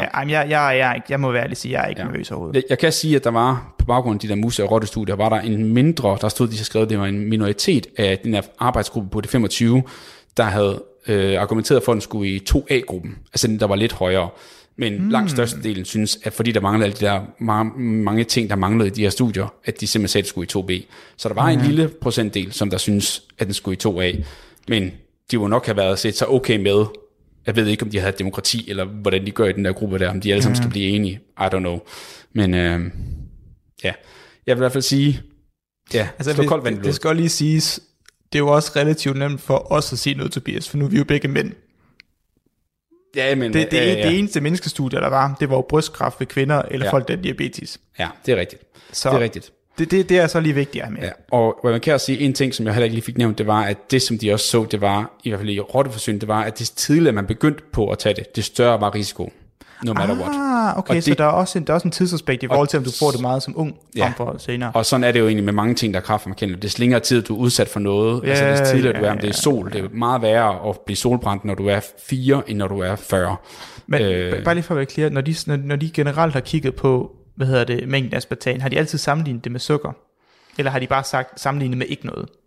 Jeg må være ærlig sige, jeg er ikke nervøs overhovedet. Jeg kan sige, at der var, på baggrund af de der mus- og rottestudier, var der en mindre, der stod, de har skrevet, det var en minoritet af den her arbejdsgruppe på det 25, der havde argumenteret for, at den skulle i 2A-gruppen. Altså den, der var lidt højere. Men langt størstedelen synes, at fordi der manglede alle de der mange ting, der manglede i de her studier, at de simpelthen sagde, at det skulle i 2B. Så der var en lille procentdel, som der synes, at den skulle i 2A. Men de må nok have været set så okay med. Jeg ved ikke, om de havde demokrati, eller hvordan de gør i den der gruppe der, om de alle sammen skal blive enige. I don't know. Men jeg vil i hvert fald sige, slå koldt vand i blodet. Det skal lige siges, det er jo også relativt nemt for os at sige noget, Tobias, for nu er vi jo begge mænd. Ja, men, det eneste menneskestudie, der var, det var jo brystkræft ved kvinder, eller folk, der har diabetes. Ja, det er rigtigt. Så det er rigtigt. Det er så lige vigtigt at have med. Ja, og man kan også sige, en ting, som jeg heller ikke lige fik nævnt, det var, at det, som de også så, det var, i hvert fald i rotteforsøg, det var, at det tidligere, man begyndte på at tage det større var risiko. No matter what. Okay, så der er også en tidsaspekt i forhold til, om du får det meget som ung, frem for senere. Og sådan er det jo egentlig med mange ting, der er kræftfremkaldende. Des længere tid, du er udsat for noget, des tidligere du er, om det er sol, det er meget værre at blive solbrændt, når du er 4, end når du er 40. Men bare lige for at være clear, når de generelt har kigget på, mængden af aspartam, har de altid sammenlignet det med sukker? Eller har de bare sammenlignet med ikke noget?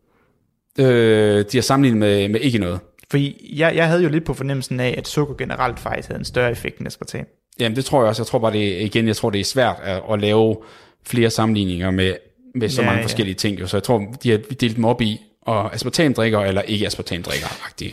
De har sammenlignet med ikke noget. Fordi jeg havde jo lidt på fornemmelsen af, at sukker generelt faktisk havde en større effekt end aspartam. Jamen det tror jeg også. Jeg tror bare det er svært at lave flere sammenligninger med så mange forskellige ting. Jo. Så jeg tror, de har delt dem op i og aspartamdrikker eller ikke aspartamdrikker-agtige.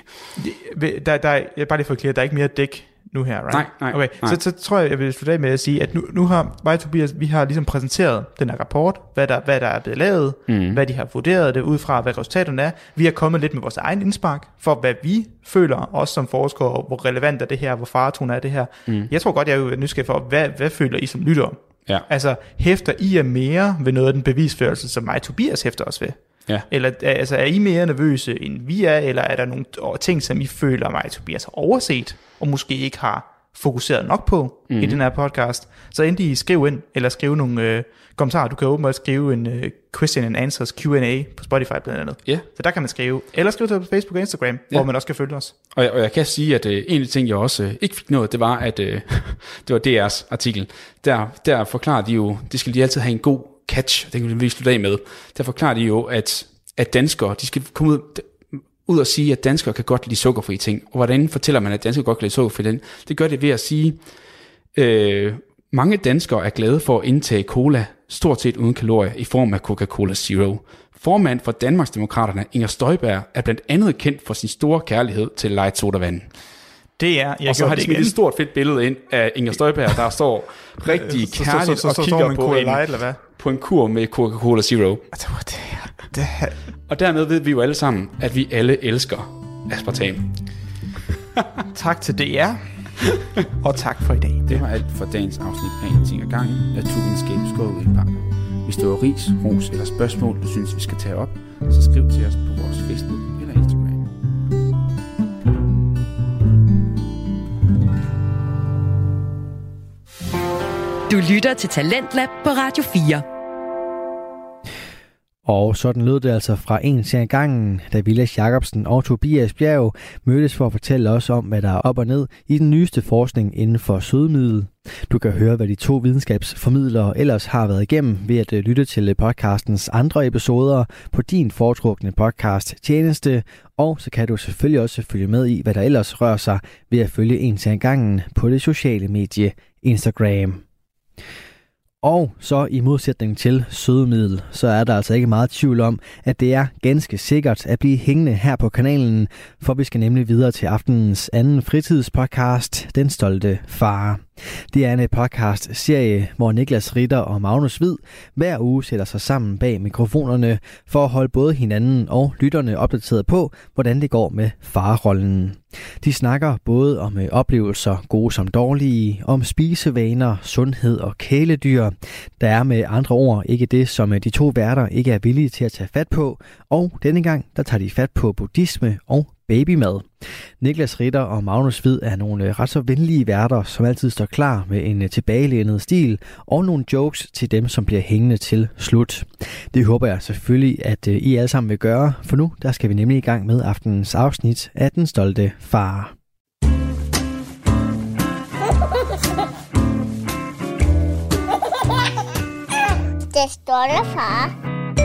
Jeg bare lige for at clear, der er ikke mere dæk nu her, right? Nej. Okay, nej. Så tror jeg vil slutte af med at sige, at nu har mig og Tobias, vi har ligesom præsenteret den her rapport, hvad der er blevet lavet, hvad de har vurderet det ud fra, hvad resultaterne er. Vi har kommet lidt med vores egen indspark, for hvad vi føler, også som forskere, hvor relevant er det her, hvor faretone er det her. Jeg tror godt, jeg er nysgerrig for, hvad føler I som lyttere? Ja. Altså, hæfter I mere ved noget af den bevisførelse, som mig og Tobias hæfter os ved? Ja. Eller altså, er I mere nervøse, end vi er, eller er der nogle ting, som I føler, mig og Tobias har overset, og måske ikke har fokuseret nok på i den her podcast? Så endelig skriv ind, eller skriv nogle kommentarer. Du kan åbenbart skrive en question and answers Q&A på Spotify blandt andet. Ja. Så der kan man skrive, eller skrive til på Facebook og Instagram, hvor man også kan følge os. Og jeg kan sige, at en af de ting, jeg også ikke fik nået, det var, at det var DR's artikel. Der forklarer de jo, det skal de altid have en god catch, det kan vi slutte af med. Der forklarer de jo, at danskere, de skal komme ud og sige, at danskere kan godt lide sukkerfri ting. Og hvordan fortæller man, at danskere godt kan lide sukkerfri ting? Det gør det ved at sige, mange danskere er glade for at indtage cola, stort set uden kalorier, i form af Coca-Cola Zero. Formand for Danmarksdemokraterne, Inger Støjberg, er blandt andet kendt for sin store kærlighed til light sodavand. Det er, og så har de smidt et stort fedt billede ind af Inger Støjberg, der står rigtig kærligt og kigger på en kur med Coca-Cola Zero. Og dermed ved vi jo alle sammen, at vi alle elsker aspartam. Tak til DR, og tak for i dag. Det var alt for dagens afsnit af En ting ad gangen. Naturvidenskab skåret ud i pakken. Hvis du har ris, ros eller spørgsmål, du synes, vi skal tage op, så skriv til os på vores Facebook eller Instagram. Du lytter til Talentlab på Radio 4. Og sådan lød det altså fra en serie ad gangen, da Villads Jacobsen og Tobias Bjerg mødtes for at fortælle os om, hvad der er op og ned i den nyeste forskning inden for sødemiddel. Du kan høre, hvad de to videnskabsformidlere ellers har været igennem ved at lytte til podcastens andre episoder på din foretrukne podcast tjeneste, og så kan du selvfølgelig også følge med i, hvad der ellers rører sig ved at følge en serie ad gangen på det sociale medie Instagram. Og så i modsætning til sødemiddel, så er der altså ikke meget tvivl om, at det er ganske sikkert at blive hængende her på kanalen, for vi skal nemlig videre til aftenens anden fritidspodcast, Den Stolte Far. Det er en podcast-serie, hvor Niklas Ritter og Magnus Hvid hver uge sætter sig sammen bag mikrofonerne for at holde både hinanden og lytterne opdateret på, hvordan det går med farrollen. De snakker både om oplevelser, gode som dårlige, om spisevaner, sundhed og kæledyr. Der er med andre ord ikke det, som de to værter ikke er villige til at tage fat på, og denne gang der tager de fat på buddhisme og babymad. Niklas Ritter og Magnus Hvid er nogle ret så venlige værter, som altid står klar med en tilbagelænet stil og nogle jokes til dem, som bliver hængende til slut. Det håber jeg selvfølgelig, at I alle sammen vil gøre, for nu der skal vi nemlig i gang med aftenens afsnit af Den Stolte Far. Den Stolte Far.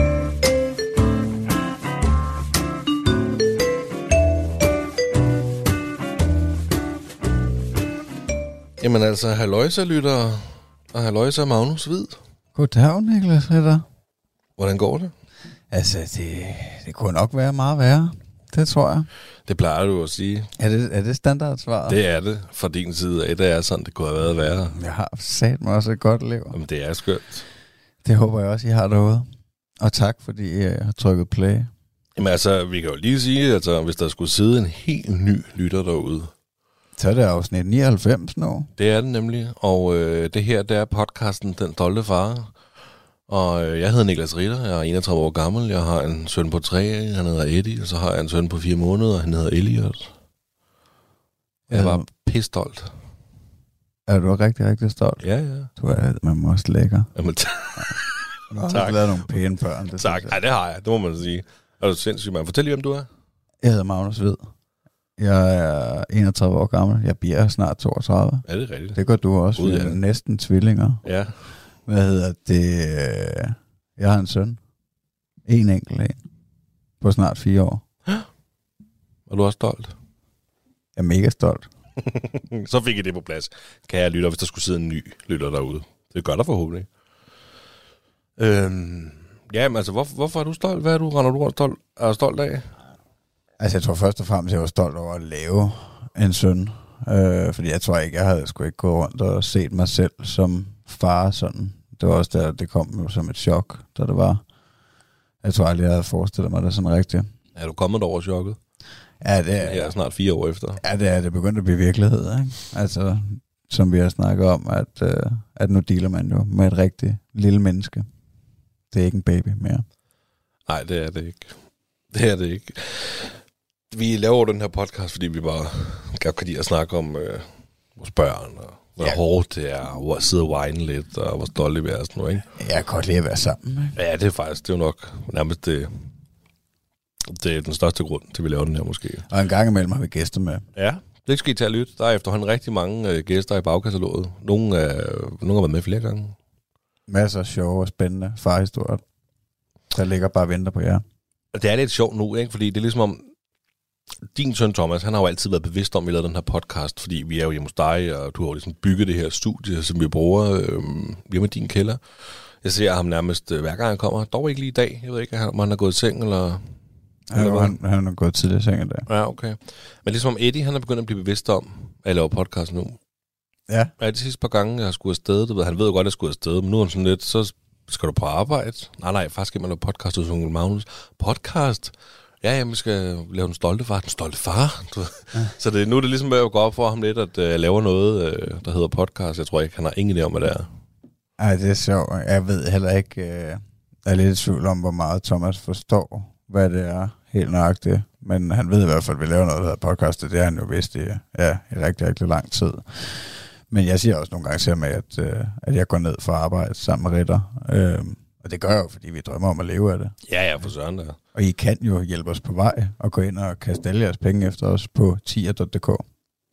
Jamen altså, halløjsa lyttere, og halløjsa Magnus Hvid. Goddag, Niklas Ritter. Hvordan går det? Altså, det kunne nok være meget værre. Det tror jeg. Det plejer du at sige. Er det standardsvaret? Det er det fra din side af. Det er sådan, det kunne have været værre. Jeg har sat mig også et godt liv. Jamen, det er skønt. Det håber jeg også, I har derude. Og tak, fordi I har trykket play. Jamen altså, vi kan jo lige sige, at hvis der skulle sidde en helt ny lytter derude. Så er det afsnit 99 nu. Det er det nemlig, og det her, det er podcasten Den Stolte Far. Og jeg hedder Niklas Ritter, jeg er 31 år gammel, jeg har en søn på 3, han hedder Eddie, og så har jeg en søn på 4 måneder, han hedder Elliot. Jeg var pissstolt. Er du rigtig, rigtig stolt? Ja. Du er man også lækker. Jamen, Du har lavet nogle pæne børn. tak, nej, det har jeg, det må man sige. Er du sindssygt, man? Fortæl lige, hvem du er. Jeg hedder Magnus Hvid. Jeg er 31 år gammel. Jeg bliver snart 32. Er det rigtigt? Det gør du også. Vi er næsten tvillinger. Ja. Hvad hedder det? Jeg har en søn. En enkelt en. På snart 4 år. Og du er også stolt? Jeg er mega stolt. Så fik I det på plads. Kære lytter, hvis der skulle sidde en ny lytter derude. Det gør der forhåbentlig. Ja, men altså, hvorfor er du stolt? Hvad render du stolt af? Altså, jeg tror først og fremmest, jeg var stolt over at lave en søn. Fordi jeg tror ikke, jeg havde sgu ikke gået rundt og set mig selv som far sådan. Det var også der, det kom jo som et chok, da det var. Jeg tror aldrig, jeg havde forestillet mig det sådan rigtigt. Er du kommet over chokket? Ja, det er... Jeg er snart 4 år efter. Ja, det er begyndt at blive virkelighed, ikke? Altså, som vi har snakket om, at nu dealer man jo med et rigtigt lille menneske. Det er ikke en baby mere. Nej, det er det ikke. Det er det ikke. Vi laver den her podcast, fordi vi bare kan lide at snakke om vores børn, og hvor hårdt det er, og hvor sidder wine lidt, og hvor stolte vi er og sådan noget, ikke? Jeg kan godt lide at være sammen, ikke? Ja, det er faktisk, det er jo nok nærmest det er den største grund til, at vi laver den her måske. Og en gang imellem har vi gæster med. Ja, det skal I tage at lytte. Der er efterhånden rigtig mange gæster i bagkataloget. Nogle har været med flere gange. Masser af sjove og spændende farhistorier, der ligger bare og venter på jer. Det er lidt sjovt nu, ikke? Fordi det er ligesom om, din søn Thomas, han har jo altid været bevidst om, at vi lavede den her podcast, fordi vi er jo hjemme hos dig, og du har jo ligesom bygget det her studie, som vi bruger hjemme i din kælder. Jeg ser ham nærmest hver gang han kommer. Dog ikke lige i dag. Jeg ved ikke, om han har gået i seng, eller... Han har gået tidligere i seng i dag. Ja, okay. Men ligesom Eddie, han er begyndt at blive bevidst om, at jeg laver podcast nu. Ja. Ja, de sidste par gange, jeg har skulle afsted, du ved, han ved jo godt, at jeg skulle afsted, men nu er han sådan lidt, så skal du på arbejde? Nej, faktisk skal man lave podcast hos Onkel Magnus. Podcast? Ja, vi skal lave Den Stolte Far. Den Stolte Far? Ja. Så nu er det ligesom ved at gå op for ham lidt, at jeg laver noget, der hedder podcast. Jeg tror ikke, han har ingen idé om, hvad det er. Ej, det er sjovt. Jeg ved heller ikke, jeg er lidt i tvivl om, hvor meget Thomas forstår, hvad det er helt nøjagtigt. Men han ved i hvert fald, at vi laver noget, der hedder podcast. Det har han jo vidst i rigtig, rigtig lang tid. Men jeg siger også nogle gange til mig, at jeg går ned for at arbejde sammen med Ritter. Og det gør jo, fordi vi drømmer om at leve af det. Ja, for søren der. Og I kan jo hjælpe os på vej og gå ind og kaste alle jeres penge efter os på tier.dk.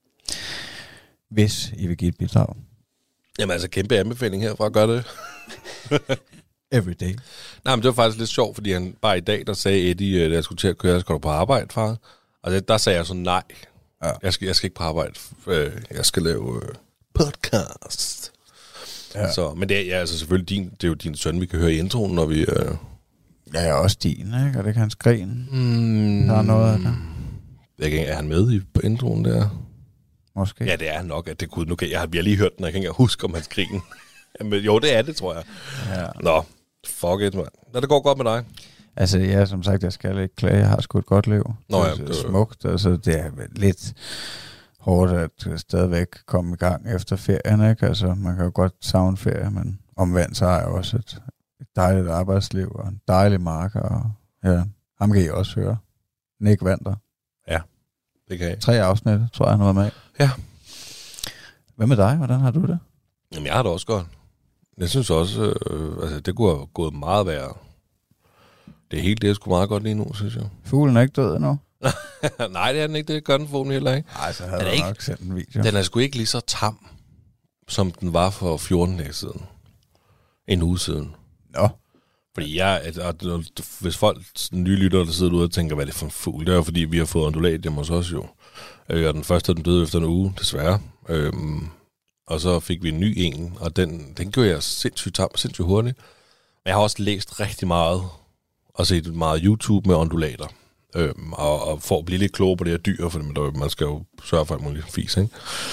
Hvis I vil give et bidrag. Jamen altså, kæmpe anbefaling herfra at gøre det. Every day. Nej, men det var faktisk lidt sjovt, fordi han bare i dag, der sagde Eddie, da jeg skulle til at køre, skal du på arbejde, far? Og der sagde jeg så nej. Ja. Jeg skal ikke på arbejde. Jeg skal lave podcast. Ja. Så, men det er altså selvfølgelig det er jo din søn, vi kan høre i introen, når vi... Ja, også din, ikke? Og det kan han skrine. Der er noget af det. Er han med i introen der? Måske. Ja, det er han nok. At det kunne, jeg har lige hørt den, og jeg kan ikke huske, om han skriner. Men jo, det er det, tror jeg. Ja. Nå, fuck it, mand. Nå, det går godt med dig. Altså, ja, som sagt, jeg skal ikke klage. Jeg har sgu et godt liv. Nå, ja, det er smukt. Altså, det er lidt hårdt at stadigvæk komme i gang efter ferien, ikke? Altså, man kan jo godt savne ferie, men omvendt så har jeg også et dejligt arbejdsliv og en dejlig marker. Og ja, ham kan I også høre. Nick Vanter. Ja, det kan jeg. 3 afsnit, tror jeg, noget med. Ja. Hvad med dig? Hvordan har du det? Jamen, jeg har det også godt. Jeg synes også, altså, det kunne have gået meget værre. Det hele det er sgu meget godt lige nu, synes jeg. Fuglen er ikke død endnu? Nej, det er den ikke. Det gør den forhåbentlig heller ikke. Nej, så havde jeg nok sendt en video. Den er sgu ikke lige så tam, som den var for 14 dage siden. En uge siden. Nå. Fordi hvis folk, nye lyttere, der sidder ude og tænker, hvad er det for en fugl? Det er jo fordi, vi har fået undulat hjemme hos os jo. Og den første, den døde efter en uge, desværre. Og så fik vi en ny en, og den gjorde jeg sindssygt hurtigt. Men jeg har også læst rigtig meget, og set meget YouTube med undulater. Og for at blive lidt klogere på det her dyr, for man skal jo sørge for alt muligt fis, ikke?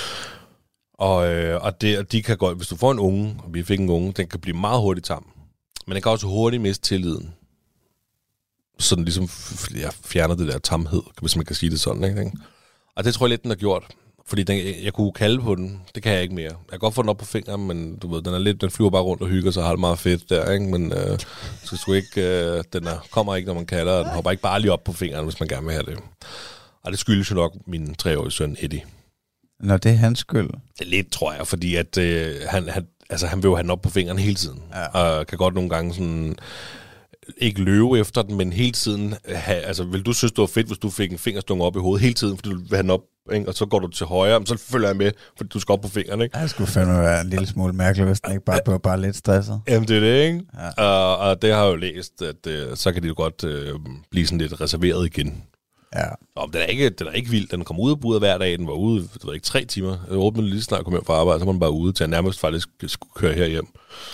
Og de kan godt, hvis du får en unge, og vi fik en unge, den kan blive meget hurtigt tam. Men den kan også hurtigt miste tilliden. Så den ligesom fjerner det der tamhed, hvis man kan sige det sådan, ikke? Og det tror jeg lidt, den har gjort. Fordi jeg kunne kalde på den, det kan jeg ikke mere. Jeg kan godt få den op på fingeren, men du ved, den flyver bare rundt og hygger sig og har det meget fedt der, ikke? Men så skulle ikke, kommer ikke, når man kalder, den hopper ikke bare lige op på fingeren, hvis man gerne vil have det. Og det skyldes jo nok min 3-årige søn, Eddie. Nå, det er hans skyld. Det er lidt, tror jeg, fordi at han vil jo have den op på fingeren hele tiden. Ja. Og kan godt nogle gange sådan... ikke løbe efter den, men hele tiden vil du synes, det var fedt, hvis du fik en fingerstunge op i hovedet hele tiden, fordi du vil have den op, ikke? Og så går du til højre, men så følger jeg med, fordi du skal op på fingeren, ikke? Jeg skulle fandme være en lille smule mærkelig, hvis den ikke bare blev bare lidt stresset. Jamen, det er det, ikke? Ja. Og det har jeg jo læst, at så kan de jo godt blive sådan lidt reserveret igen. Ja. Og den er ikke vild. Den kom ud af buret hver dag. Den var ude, det var ikke 3 timer. Jeg åbnede lige snart kom hjem fra arbejde, så var den bare ude til at nærmest faktisk skulle køre herhjem.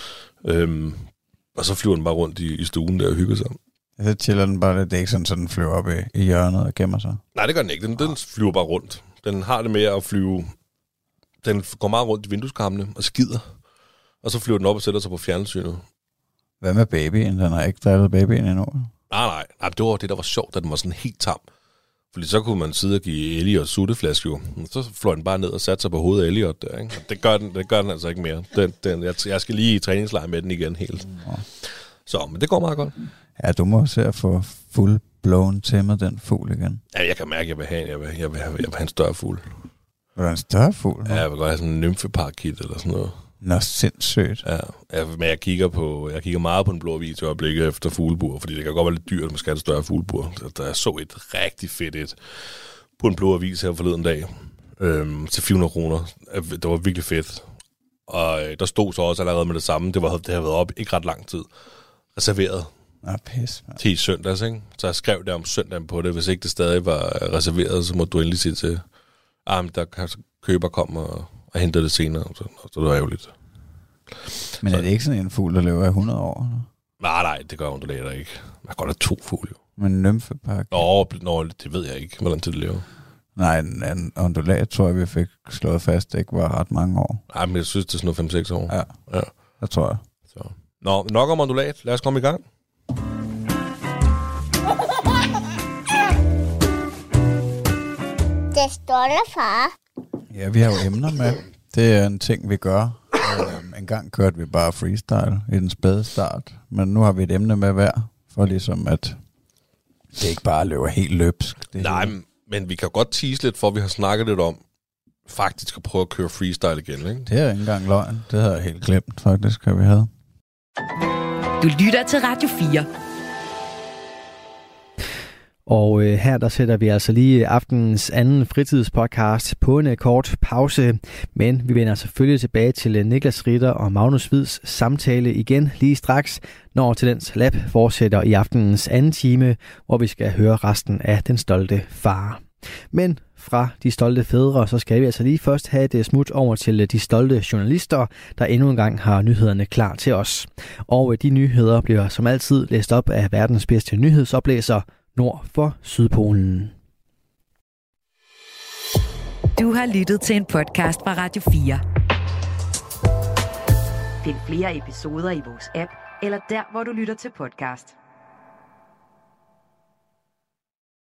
Og så flyver den bare rundt i stuen der og hygger sig. Så chiller den bare lidt. Det er ikke sådan, så den flyver op i hjørnet og gemmer sig? Nej, det gør den ikke. Den flyver bare rundt. Den har det med at flyve... Den går meget rundt i vindueskarmene og skider. Og så flyver den op og sætter sig på fjernsynet. Hvad med babyen? Den har ikke drillet babyen endnu. Nej. Det var det, der var sjovt, at den var sådan helt tam. Fordi så kunne man sidde og give Elliot sutteflaske jo. Så fløj den bare ned og satte sig på hovedet af Elliot der, ikke? Det gør den altså ikke mere. Jeg skal lige i træningslejr med den igen helt. Så, men det går meget godt. Ja, du må se at få full-blown tæmmet den fugl igen. Ja, jeg kan mærke, at jeg vil have en større fugl. Vil du have en større fugl? Ja, jeg vil godt have sådan en nymfeparakit eller sådan noget. Nå, sindssygt. Ja, men jeg kigger meget på den blå avis i øjeblikket efter fuglebur, fordi det kan godt være lidt dyrt, at man skal have et større fuglebur. Der så et rigtig fedt et på en blå avis her forleden dag til 400 kroner. Det var virkelig fedt. Og der stod så også allerede med det samme. Det havde været op ikke ret lang tid. Reserveret. Pis, man. Til søndags, ikke? Så jeg skrev der om søndagen på det. Hvis ikke det stadig var reserveret, så må du endelig sige til, der kan køber komme og hente det senere. Så det var ærgerligt. Men er det ikke sådan en fugl, der lever i 100 år? Eller? Nej, det gør undulater ikke. Man kan godt have 2 fugle, jo. Men nymfepakke? Nå, det ved jeg ikke, hvordan det lever. Nej, en undulat, tror jeg, vi fik slået fast, det ikke var ret mange år. Nej, men jeg synes, det er sådan noget 5-6 år. Ja, det tror jeg. Så. Nå, nok om undulat. Lad os komme i gang. Det står der, far. Ja, vi har jo emner med. Det er en ting, vi gør. En gang kørte vi bare freestyle i den spæde start, men nu har vi et emne med hver, for ligesom at det ikke bare løber helt løbsk. Nej, men vi kan godt tease lidt, for vi har snakket lidt om faktisk at prøve at køre freestyle igen, ikke? Det er ikke engang løgn. Det havde jeg helt glemt, faktisk, at vi havde. Du lytter til Radio 4. Og her der sætter vi altså lige aftenens anden fritidspodcast på en kort pause. Men vi vender selvfølgelig tilbage til Niklas Ritter og Magnus Hvids samtale igen lige straks, når Talents Lab fortsætter i aftenens anden time, hvor vi skal høre resten af Den Stolte Far. Men fra De Stolte Fædre, så skal vi altså lige først have et smut over til de stolte journalister, der endnu en gang har nyhederne klar til os. Og de nyheder bliver som altid læst op af verdens bedste nyhedsoplæser, nord for Sydpolen. Du har lyttet til en podcast fra Radio 4. Find flere episoder i vores app, eller der, hvor du lytter til podcast.